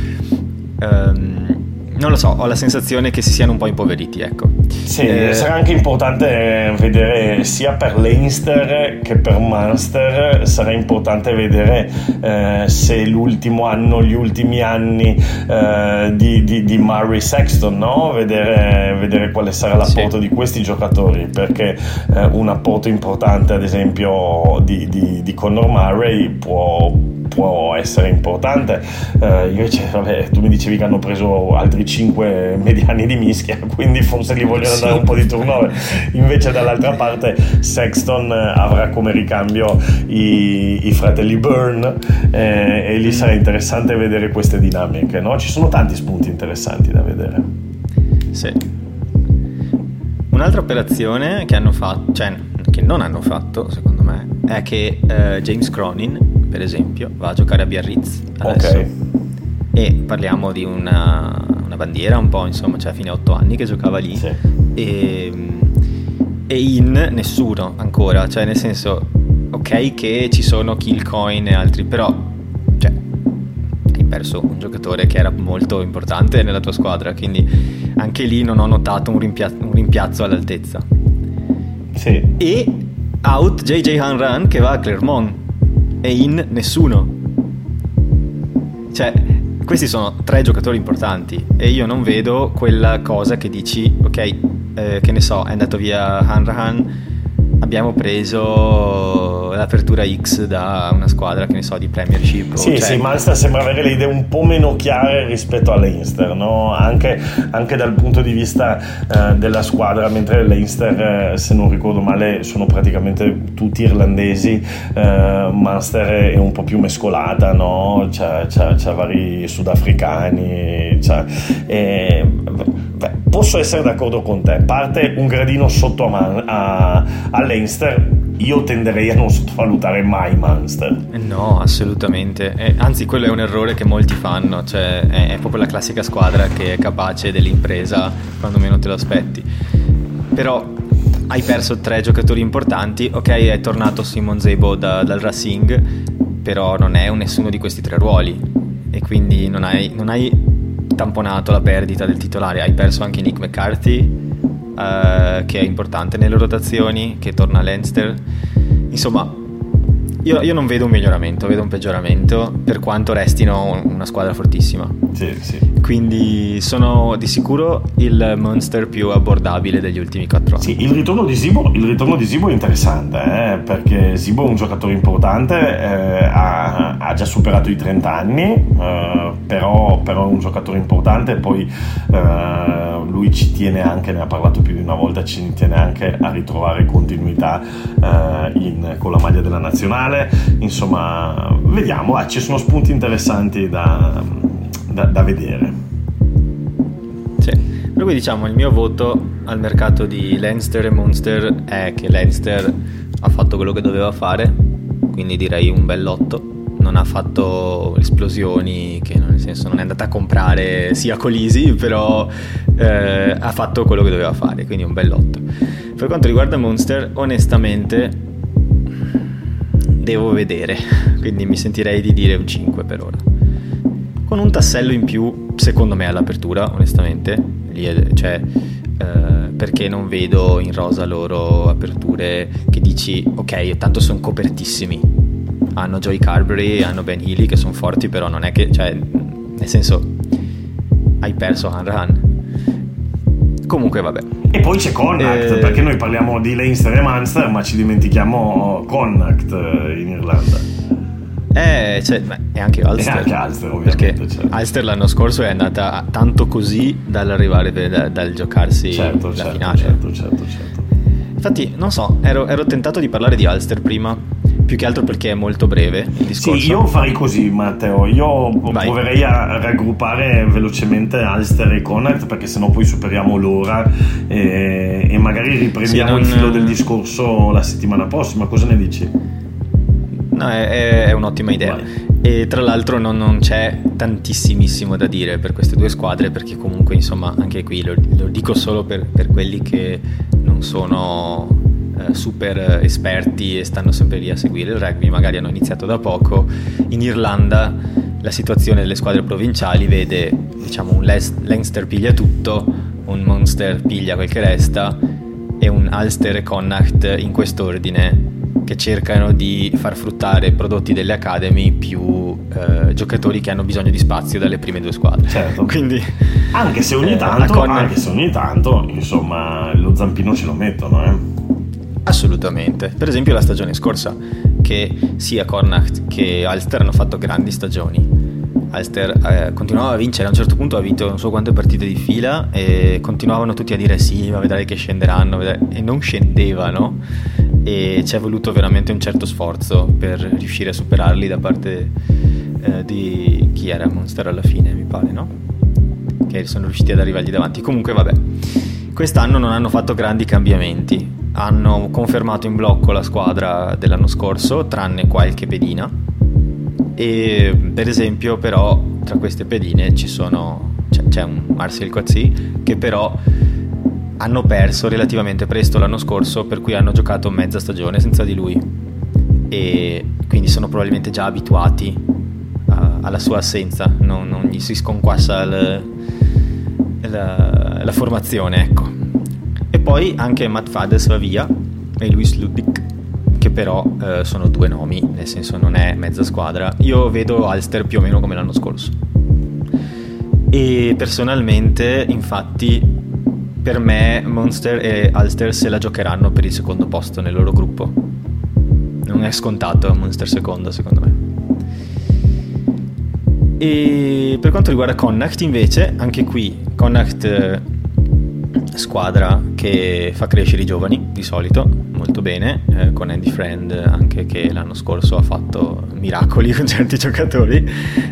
non lo so, ho la sensazione che si siano un po' impoveriti, ecco. Sì, sarà anche importante vedere, sia per Leinster che per Munster, sarà importante vedere se l'ultimo anno, gli ultimi anni di Murray Sexton, no? Vedere quale sarà l'apporto di questi giocatori, perché un apporto importante, ad esempio, di Conor Murray può essere importante. Invece, vabbè, tu mi dicevi che hanno preso altri 5 mediani di mischia, quindi forse li vogliono dare un po' di turnover. Invece dall'altra parte Sexton avrà come ricambio i fratelli Byrne, e lì sarà interessante vedere queste dinamiche, no? Ci sono tanti spunti interessanti da vedere. Sì. Un'altra operazione che hanno fatto, cioè che non hanno fatto secondo me, è che James Cronin, per esempio, va a giocare a Biarritz adesso. Ok. E parliamo di una bandiera un po', insomma, cioè fino a 8 anni che giocava lì. Sì. E in nessuno ancora, cioè nel senso, ok che ci sono Kilcoyne e altri, però cioè hai perso un giocatore che era molto importante nella tua squadra, quindi anche lì non ho notato un rimpiazzo all'altezza. Sì. E out JJ Hanran che va a Clermont, e in nessuno. Cioè, questi sono 3 giocatori importanti e io non vedo quella cosa che dici, ok, che ne so, è andato via Hanrahan, abbiamo preso l'apertura X da una squadra, che ne so, di Premiership. Sì, cioè... sì, Munster sembra avere le idee un po' meno chiare rispetto a Leinster, no? Anche dal punto di vista della squadra, mentre Leinster, se non ricordo male, sono praticamente tutti irlandesi, Munster è un po' più mescolata, no? C'ha vari sudafricani, posso essere d'accordo con te, parte un gradino sotto a Leinster. Io tenderei a non sottovalutare mai Munster. No, assolutamente, anzi quello è un errore che molti fanno, cioè è proprio la classica squadra che è capace dell'impresa quando meno te lo aspetti. Però hai perso 3 giocatori importanti, ok, è tornato Simon Zebo dal Racing, però non è nessuno di questi 3 ruoli, e quindi non hai tamponato la perdita del titolare. Hai perso anche Nick McCarthy, che è importante nelle rotazioni, che torna a Leinster. Insomma, io non vedo un miglioramento, vedo un peggioramento, per quanto restino una squadra fortissima. Sì. Quindi sono di sicuro il Munster più abbordabile degli ultimi 4 anni. Sì, il ritorno di Zibo è interessante, perché Zibo è un giocatore importante, ha già superato i 30 anni, però è un giocatore importante. Poi lui ci tiene anche, ne ha parlato più di una volta, ci tiene anche a ritrovare continuità con la maglia della nazionale. Insomma, vediamo, ci sono spunti interessanti da vedere. Sì, per cui diciamo il mio voto al mercato di Leinster e Munster è che Leinster ha fatto quello che doveva fare, quindi direi un bel 8. Non ha fatto esplosioni, che nel senso non è andata a comprare sia Colisi, però ha fatto quello che doveva fare, quindi un bel 8. Per quanto riguarda Munster, onestamente devo vedere, quindi mi sentirei di dire un 5 per ora. con un tassello in più secondo me all'apertura, onestamente. Cioè, perché non vedo in rosa loro aperture che dici ok, tanto sono copertissimi, hanno Joey Carberry, hanno Ben Healy che sono forti, però non è che, cioè, nel senso, hai perso Hanrahan. Comunque vabbè. E poi c'è Connacht, perché noi parliamo di Leinster e Munster, ma ci dimentichiamo Connacht in Irlanda. Cioè, e anche Ulster. E anche Ulster, ovviamente. Perché certo. Ulster l'anno scorso è andata tanto così dall'arrivare, dal giocarsi la finale. Certo. Infatti, non so, ero tentato di parlare di Ulster prima, più che altro perché è molto breve il discorso. Sì, io farei così, Matteo. Io proverei a raggruppare velocemente Ulster e Connacht, perché sennò poi superiamo l'ora e magari riprendiamo il filo del discorso la settimana prossima. Cosa ne dici? No, è un'ottima idea. Vai. E tra l'altro non c'è tantissimissimo da dire per queste due squadre, perché comunque insomma anche qui lo dico solo per quelli che non sono super esperti e stanno sempre lì a seguire il rugby, magari hanno iniziato da poco. In Irlanda la situazione delle squadre provinciali vede, diciamo, un Leinster piglia tutto, un Munster piglia quel che resta e un Ulster e Connacht in quest'ordine, che cercano di far fruttare prodotti delle academy più giocatori che hanno bisogno di spazio dalle prime due squadre. Certo. Quindi anche se ogni tanto insomma lo zampino ce lo mettono, Assolutamente. Per esempio la stagione scorsa, che sia Connacht che Ulster hanno fatto grandi stagioni. Ulster continuava a vincere, a un certo punto ha vinto non so quante partite di fila e continuavano tutti a dire sì, ma vedrai che scenderanno, e non scendevano, e ci è voluto veramente un certo sforzo per riuscire a superarli da parte di chi era Munster alla fine, mi pare, no? Che sono riusciti ad arrivargli davanti. Comunque vabbè, quest'anno non hanno fatto grandi cambiamenti, hanno confermato in blocco la squadra dell'anno scorso, tranne qualche pedina. E per esempio però tra queste pedine c'è un Marcel Coetzee che però hanno perso relativamente presto l'anno scorso, per cui hanno giocato mezza stagione senza di lui e quindi sono probabilmente già abituati alla sua assenza, non gli si sconquassa la formazione, ecco. E poi anche Matt Fades va via e Luis Ludwig, che però sono due nomi, nel senso non è mezza squadra. Io vedo Ulster più o meno come l'anno scorso e personalmente, infatti, per me Munster e Ulster se la giocheranno per il secondo posto nel loro gruppo. Non è scontato Munster secondo, secondo me. E per quanto riguarda Connacht invece, anche qui Connacht squadra che fa crescere i giovani di solito molto bene, con Andy Friend anche, che l'anno scorso ha fatto miracoli con certi giocatori.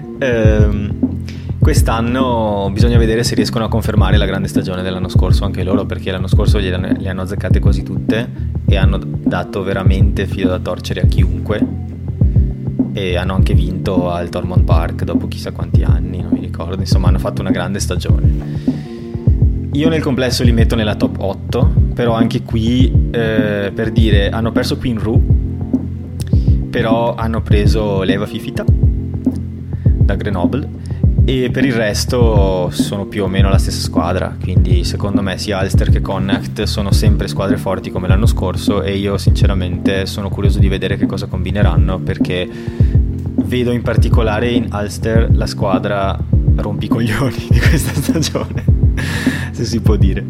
Quest'anno bisogna vedere se riescono a confermare la grande stagione dell'anno scorso anche loro, perché l'anno scorso le hanno azzeccate quasi tutte e hanno dato veramente filo da torcere a chiunque, e hanno anche vinto al Thomond Park dopo chissà quanti anni, non mi ricordo, insomma hanno fatto una grande stagione. Io nel complesso li metto nella top 8, però anche qui per dire, hanno perso Queen Roo, però hanno preso Leva Fifita da Grenoble, e per il resto sono più o meno la stessa squadra, quindi secondo me sia Ulster che Connacht sono sempre squadre forti come l'anno scorso, e io sinceramente sono curioso di vedere che cosa combineranno, perché vedo in particolare in Ulster la squadra rompicoglioni di questa stagione, se si può dire.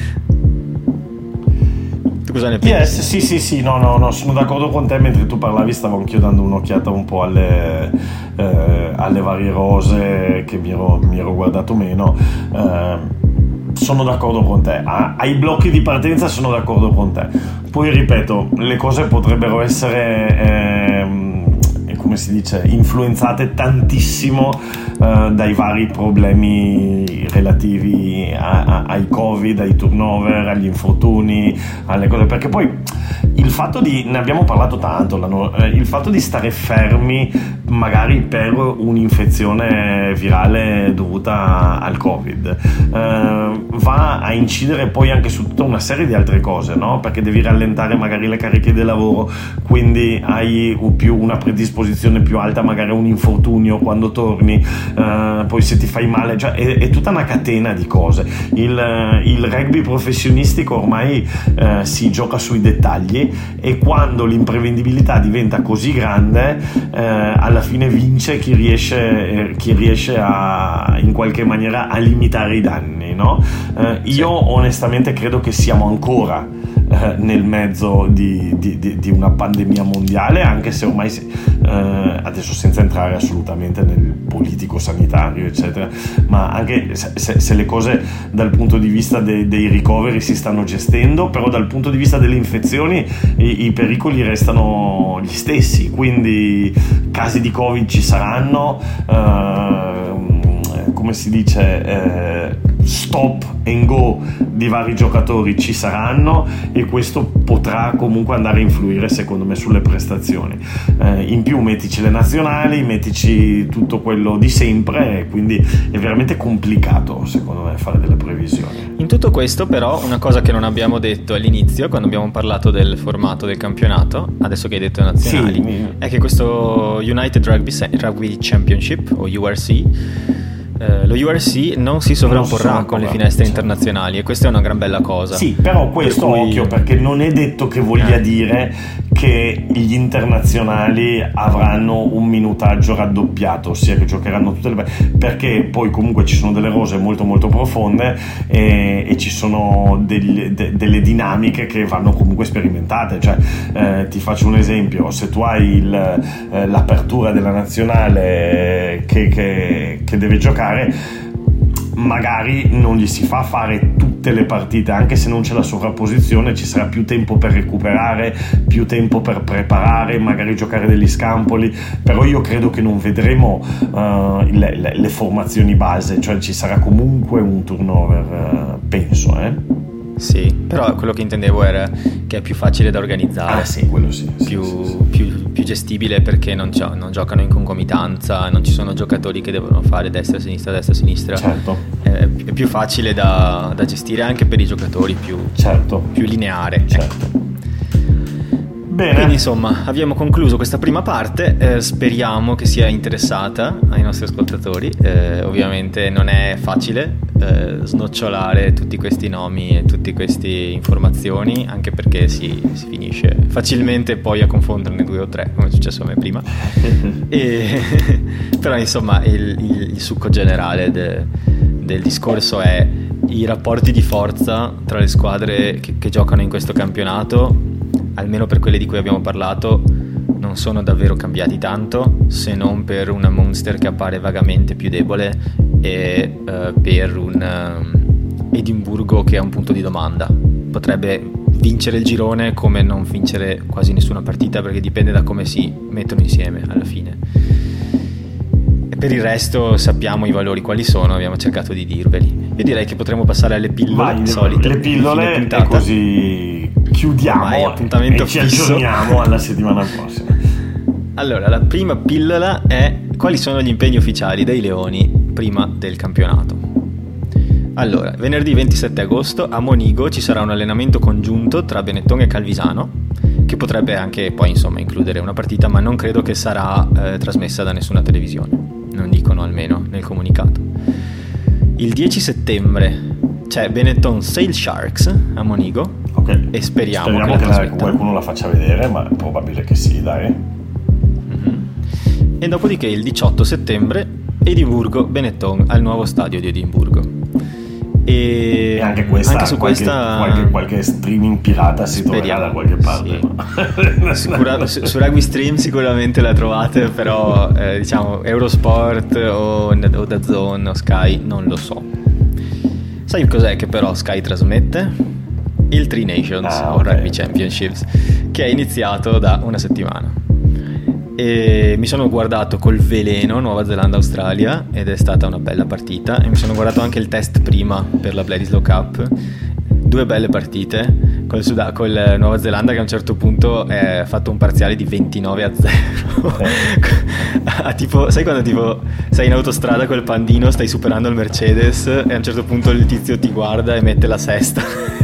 Tu cosa ne pensi? Yes, sì, no, sono d'accordo con te. Mentre tu parlavi stavo anch'io dando un'occhiata un po' alle varie rose che mi ero guardato meno. Sono d'accordo con te, ai blocchi di partenza sono d'accordo con te. Poi ripeto, le cose potrebbero essere come si dice, influenzate tantissimo dai vari problemi relativi ai Covid, ai turnover, agli infortuni, alle cose, perché poi il fatto ne abbiamo parlato tanto, il fatto di stare fermi magari per un'infezione virale dovuta al Covid va a incidere poi anche su tutta una serie di altre cose, no? Perché devi rallentare magari le cariche del lavoro, quindi hai una predisposizione più alta magari a un infortunio quando torni, poi se ti fai male, cioè è tutta una catena di cose. Il rugby professionistico ormai si gioca sui dettagli, e quando l'imprevedibilità diventa così grande alla fine vince chi riesce a in qualche maniera a limitare i danni, no? Io onestamente credo che siamo ancora nel mezzo di una pandemia mondiale, anche se ormai adesso, senza entrare assolutamente nel politico sanitario eccetera, ma anche se le cose dal punto di vista dei ricoveri si stanno gestendo, però dal punto di vista delle infezioni i pericoli restano gli stessi, quindi casi di Covid ci saranno, come si dice, stop and go di vari giocatori ci saranno, e questo potrà comunque andare a influire secondo me sulle prestazioni. In più mettici le nazionali, mettici tutto quello di sempre, quindi è veramente complicato secondo me fare delle previsioni. In tutto questo però una cosa che non abbiamo detto all'inizio, quando abbiamo parlato del formato del campionato, adesso che hai detto nazionali, è che questo United Rugby Championship o URC, lo URC non si sovrapporrà con le finestre internazionali, e questa è una gran bella cosa. Sì, però questo occhio, perché non è detto che voglia dire che gli internazionali avranno un minutaggio raddoppiato, ossia che giocheranno tutte le, perché poi comunque ci sono delle rose molto molto profonde e ci sono delle dinamiche che vanno comunque sperimentate. Cioè ti faccio un esempio: se tu hai l'apertura della nazionale che deve giocare, magari non gli si fa fare tutte le partite, anche se non c'è la sovrapposizione, ci sarà più tempo per recuperare, più tempo per preparare, magari giocare degli scampoli, però io credo che non vedremo le formazioni base, cioè ci sarà comunque un turnover, penso. Sì, però quello che intendevo era che è più facile da organizzare. Ah sì, quello sì. Più gestibile, perché non giocano in concomitanza, non ci sono giocatori che devono fare destra-sinistra, destra-sinistra. Certo. È più facile da gestire anche per i giocatori, più lineare. Certo. Ecco. Bene. Quindi insomma abbiamo concluso questa prima parte, speriamo che sia interessata ai nostri ascoltatori. Ovviamente non è facile snocciolare tutti questi nomi e tutte queste informazioni, anche perché si finisce facilmente poi a confonderne 2 o 3, come è successo a me prima. Però insomma il succo generale del discorso è i rapporti di forza tra le squadre che giocano in questo campionato, almeno per quelle di cui abbiamo parlato, non sono davvero cambiati tanto, se non per una Munster che appare vagamente più debole e per un Edimburgo che è un punto di domanda. Potrebbe vincere il girone come non vincere quasi nessuna partita, perché dipende da come si mettono insieme alla fine. E per il resto sappiamo i valori quali sono, abbiamo cercato di dirveli. Io direi che potremmo passare alle pillole solite. Le pillole, e così chiudiamo e ci aggiorniamo alla settimana prossima. Allora, la prima pillola è: quali sono gli impegni ufficiali dei Leoni prima del campionato? Allora, venerdì 27 agosto a Monigo ci sarà un allenamento congiunto tra Benetton e Calvisano, che potrebbe anche poi insomma includere una partita, ma non credo che sarà trasmessa da nessuna televisione, non dicono almeno nel comunicato. Il 10 settembre c'è Benetton Sail Sharks a Monigo, e speriamo che qualcuno la faccia vedere, ma è probabile che sì, dai. E dopodiché il 18 settembre Edimburgo Benetton al nuovo stadio di Edimburgo. E anche questa, anche su qualche streaming pirata si troverà da qualche parte. Sì. Su Rugby Stream sicuramente la trovate, però diciamo Eurosport o DAZN o Sky non lo so. Sai cos'è che però Sky trasmette? Il Tri Nations o Rugby Championships, che è iniziato da una settimana. E mi sono guardato col veleno Nuova Zelanda-Australia ed è stata una bella partita, e mi sono guardato anche il test prima per la Bledisloe Cup. due belle partite col Nuova Zelanda, che a un certo punto ha fatto un parziale di 29-0. Tipo, sai quando tipo sei in autostrada col pandino, stai superando il Mercedes e a un certo punto il tizio ti guarda e mette la sesta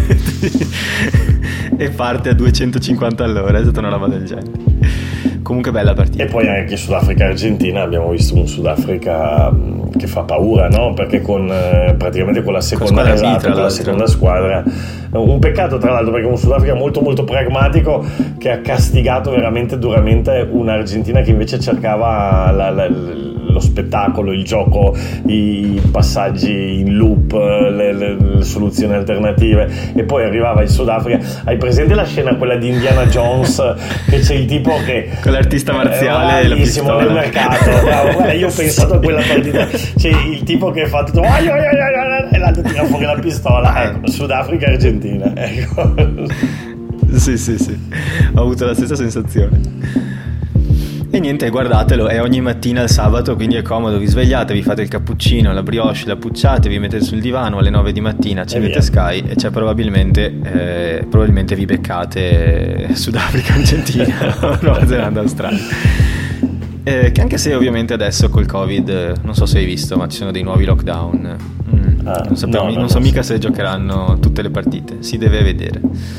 e parte a 250 all'ora, è stata una roba del genere. Comunque bella partita. E poi anche Sudafrica-Argentina, abbiamo visto un Sudafrica che fa paura, no? Perché praticamente con la seconda squadra, un peccato tra l'altro, perché un Sudafrica molto molto pragmatico, che ha castigato veramente duramente un'Argentina che invece cercava lo spettacolo, il gioco, i passaggi in loop, le soluzioni alternative, e poi arrivava il Sudafrica. Hai presente la scena quella di Indiana Jones, che c'è il tipo che con l'artista marziale e la pistola nel mercato? Guarda, io ho pensato a quella partita, c'è il tipo che fa tutto e l'altro tira fuori la pistola. Ecco, Sudafrica-Argentina, ecco. Sì, ho avuto la stessa sensazione. E niente, guardatelo, è ogni mattina il sabato, quindi è comodo, vi svegliate, vi fate il cappuccino, la brioche, la pucciate, vi mettete sul divano alle 9 di mattina, accendete Sky e c'è probabilmente vi beccate Sudafrica-Argentina o Nuova Zelanda-Australia. Che anche se ovviamente adesso col Covid, non so se hai visto, ma ci sono dei nuovi lockdown. Non so mica se giocheranno tutte le partite, si deve vedere.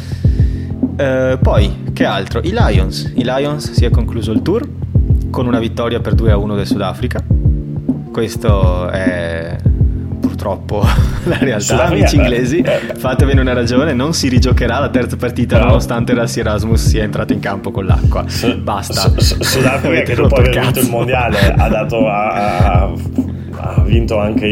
Poi, che altro? I Lions si è concluso il tour con una vittoria per 2-1 del Sudafrica. Questo è purtroppo la realtà. Amici inglesi, fatevene una ragione, non si rigiocherà la terza partita, nonostante Rassi Erasmus sia entrato in campo con l'acqua. Basta. Sudafrica che dopo aver vinto il mondiale ha vinto anche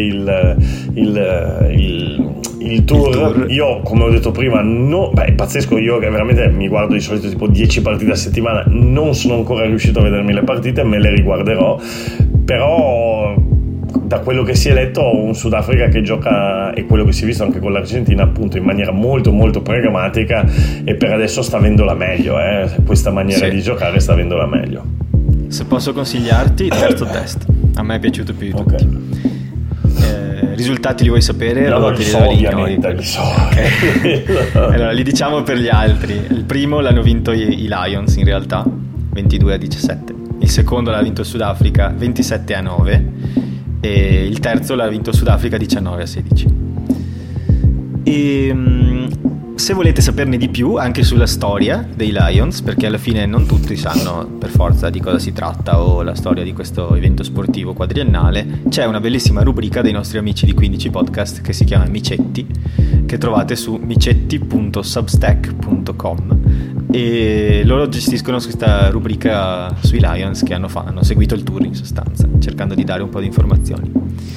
il tour. Io, come ho detto prima, è pazzesco. Io che veramente mi guardo di solito tipo 10 partite a settimana, non sono ancora riuscito a vedermi le partite, me le riguarderò. Però da quello che si è letto, un Sudafrica che gioca, e quello che si è visto anche con l'Argentina, appunto in maniera molto molto pragmatica, e per adesso sta avendo la meglio, questa maniera di giocare sta avendo la meglio. Se posso consigliarti, terzo test, a me è piaciuto più di tutti. Risultati li vuoi sapere? No, li so, ovviamente li so. Okay. Allora li diciamo per gli altri. Il primo l'hanno vinto i Lions, in realtà 22-17. Il secondo l'ha vinto il Sudafrica 27-9 e il terzo l'ha vinto il Sudafrica 19-16. E se volete saperne di più anche sulla storia dei Lions, perché alla fine non tutti sanno per forza di cosa si tratta o la storia di questo evento sportivo quadriennale, c'è una bellissima rubrica dei nostri amici di 15 Podcast che si chiama Micetti, che trovate su micetti.substack.com, e loro gestiscono questa rubrica sui Lions che hanno seguito il tour in sostanza, cercando di dare un po' di informazioni.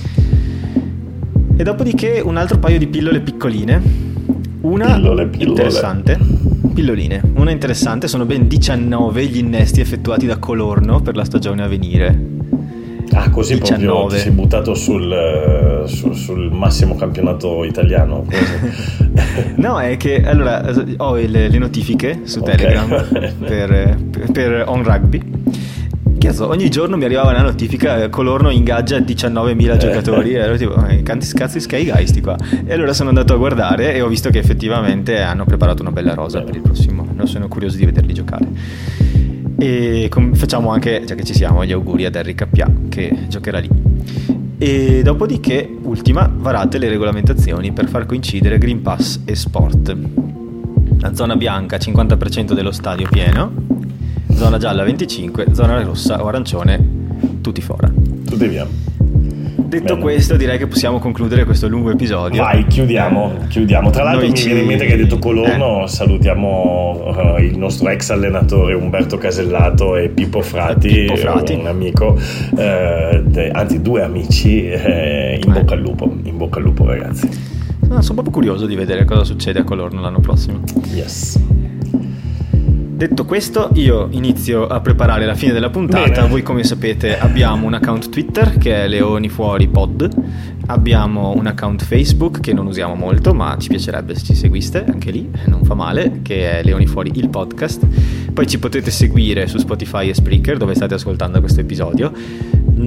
E dopodiché un altro paio di pillole piccoline. Interessante, pilloline. Una interessante, sono ben 19 gli innesti effettuati da Colorno per la stagione a venire. Così 19. Proprio ti sei buttato sul massimo campionato italiano. No, è che allora ho le notifiche su Telegram per On Rugby. Ogni giorno mi arrivava una notifica: Colorno ingaggia 19.000 giocatori, e ero tipo, cazzo Sky Guys sti qua. E allora sono andato a guardare e ho visto che effettivamente hanno preparato una bella rosa per il prossimo anno. Sono curioso di vederli giocare. E facciamo anche, già che ci siamo, gli auguri ad Henry Cappia che giocherà lì. E dopodiché, ultima, varate le regolamentazioni per far coincidere Green Pass e sport. La zona bianca 50% dello stadio pieno, zona gialla 25, zona rossa o arancione tutti fuori. Tutti via. Detto questo, direi che possiamo concludere questo lungo episodio. Vai, chiudiamo. Tra l'altro mi viene in mente che hai detto Colorno, salutiamo il nostro ex allenatore Umberto Casellato e Pippo Frati. Un amico, anzi 2 amici, in bocca al lupo ragazzi. Sono proprio curioso di vedere cosa succede a Colorno l'anno prossimo. Yes. Detto questo, io inizio a preparare la fine della puntata. Bene. Voi, come sapete, abbiamo un account Twitter che è Leoni Fuori Pod, abbiamo un account Facebook che non usiamo molto, ma ci piacerebbe se ci seguiste, anche lì non fa male, che è Leoni Fuori il podcast. Poi ci potete seguire su Spotify e Spreaker, dove state ascoltando questo episodio.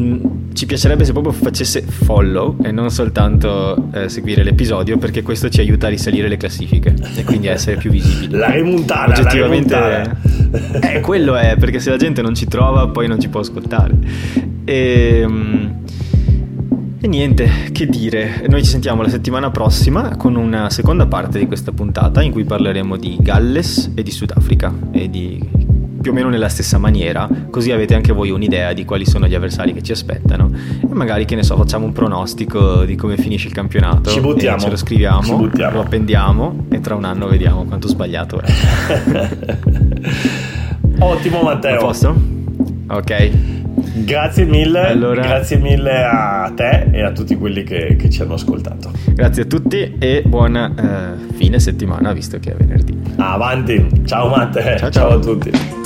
ci piacerebbe se proprio facesse follow e non soltanto seguire l'episodio, perché questo ci aiuta a risalire le classifiche e quindi a essere più visibili. La rimuntata, oggettivamente la rimuntata. Quello è, perché se la gente non ci trova poi non ci può ascoltare. E niente, che dire, noi ci sentiamo la settimana prossima con una seconda parte di questa puntata in cui parleremo di Galles e di Sudafrica e di più o meno nella stessa maniera, così avete anche voi un'idea di quali sono gli avversari che ci aspettano e magari, che ne so, facciamo un pronostico di come finisce il campionato, ci buttiamo, ce lo scriviamo, lo appendiamo e tra un anno vediamo quanto sbagliato è. Ottimo, Matteo. A posto? Ok. Grazie mille, grazie mille a te e a tutti quelli che ci hanno ascoltato. Grazie a tutti e buona fine settimana, visto che è venerdì. Avanti, ciao Matte, ciao ciao a tutti.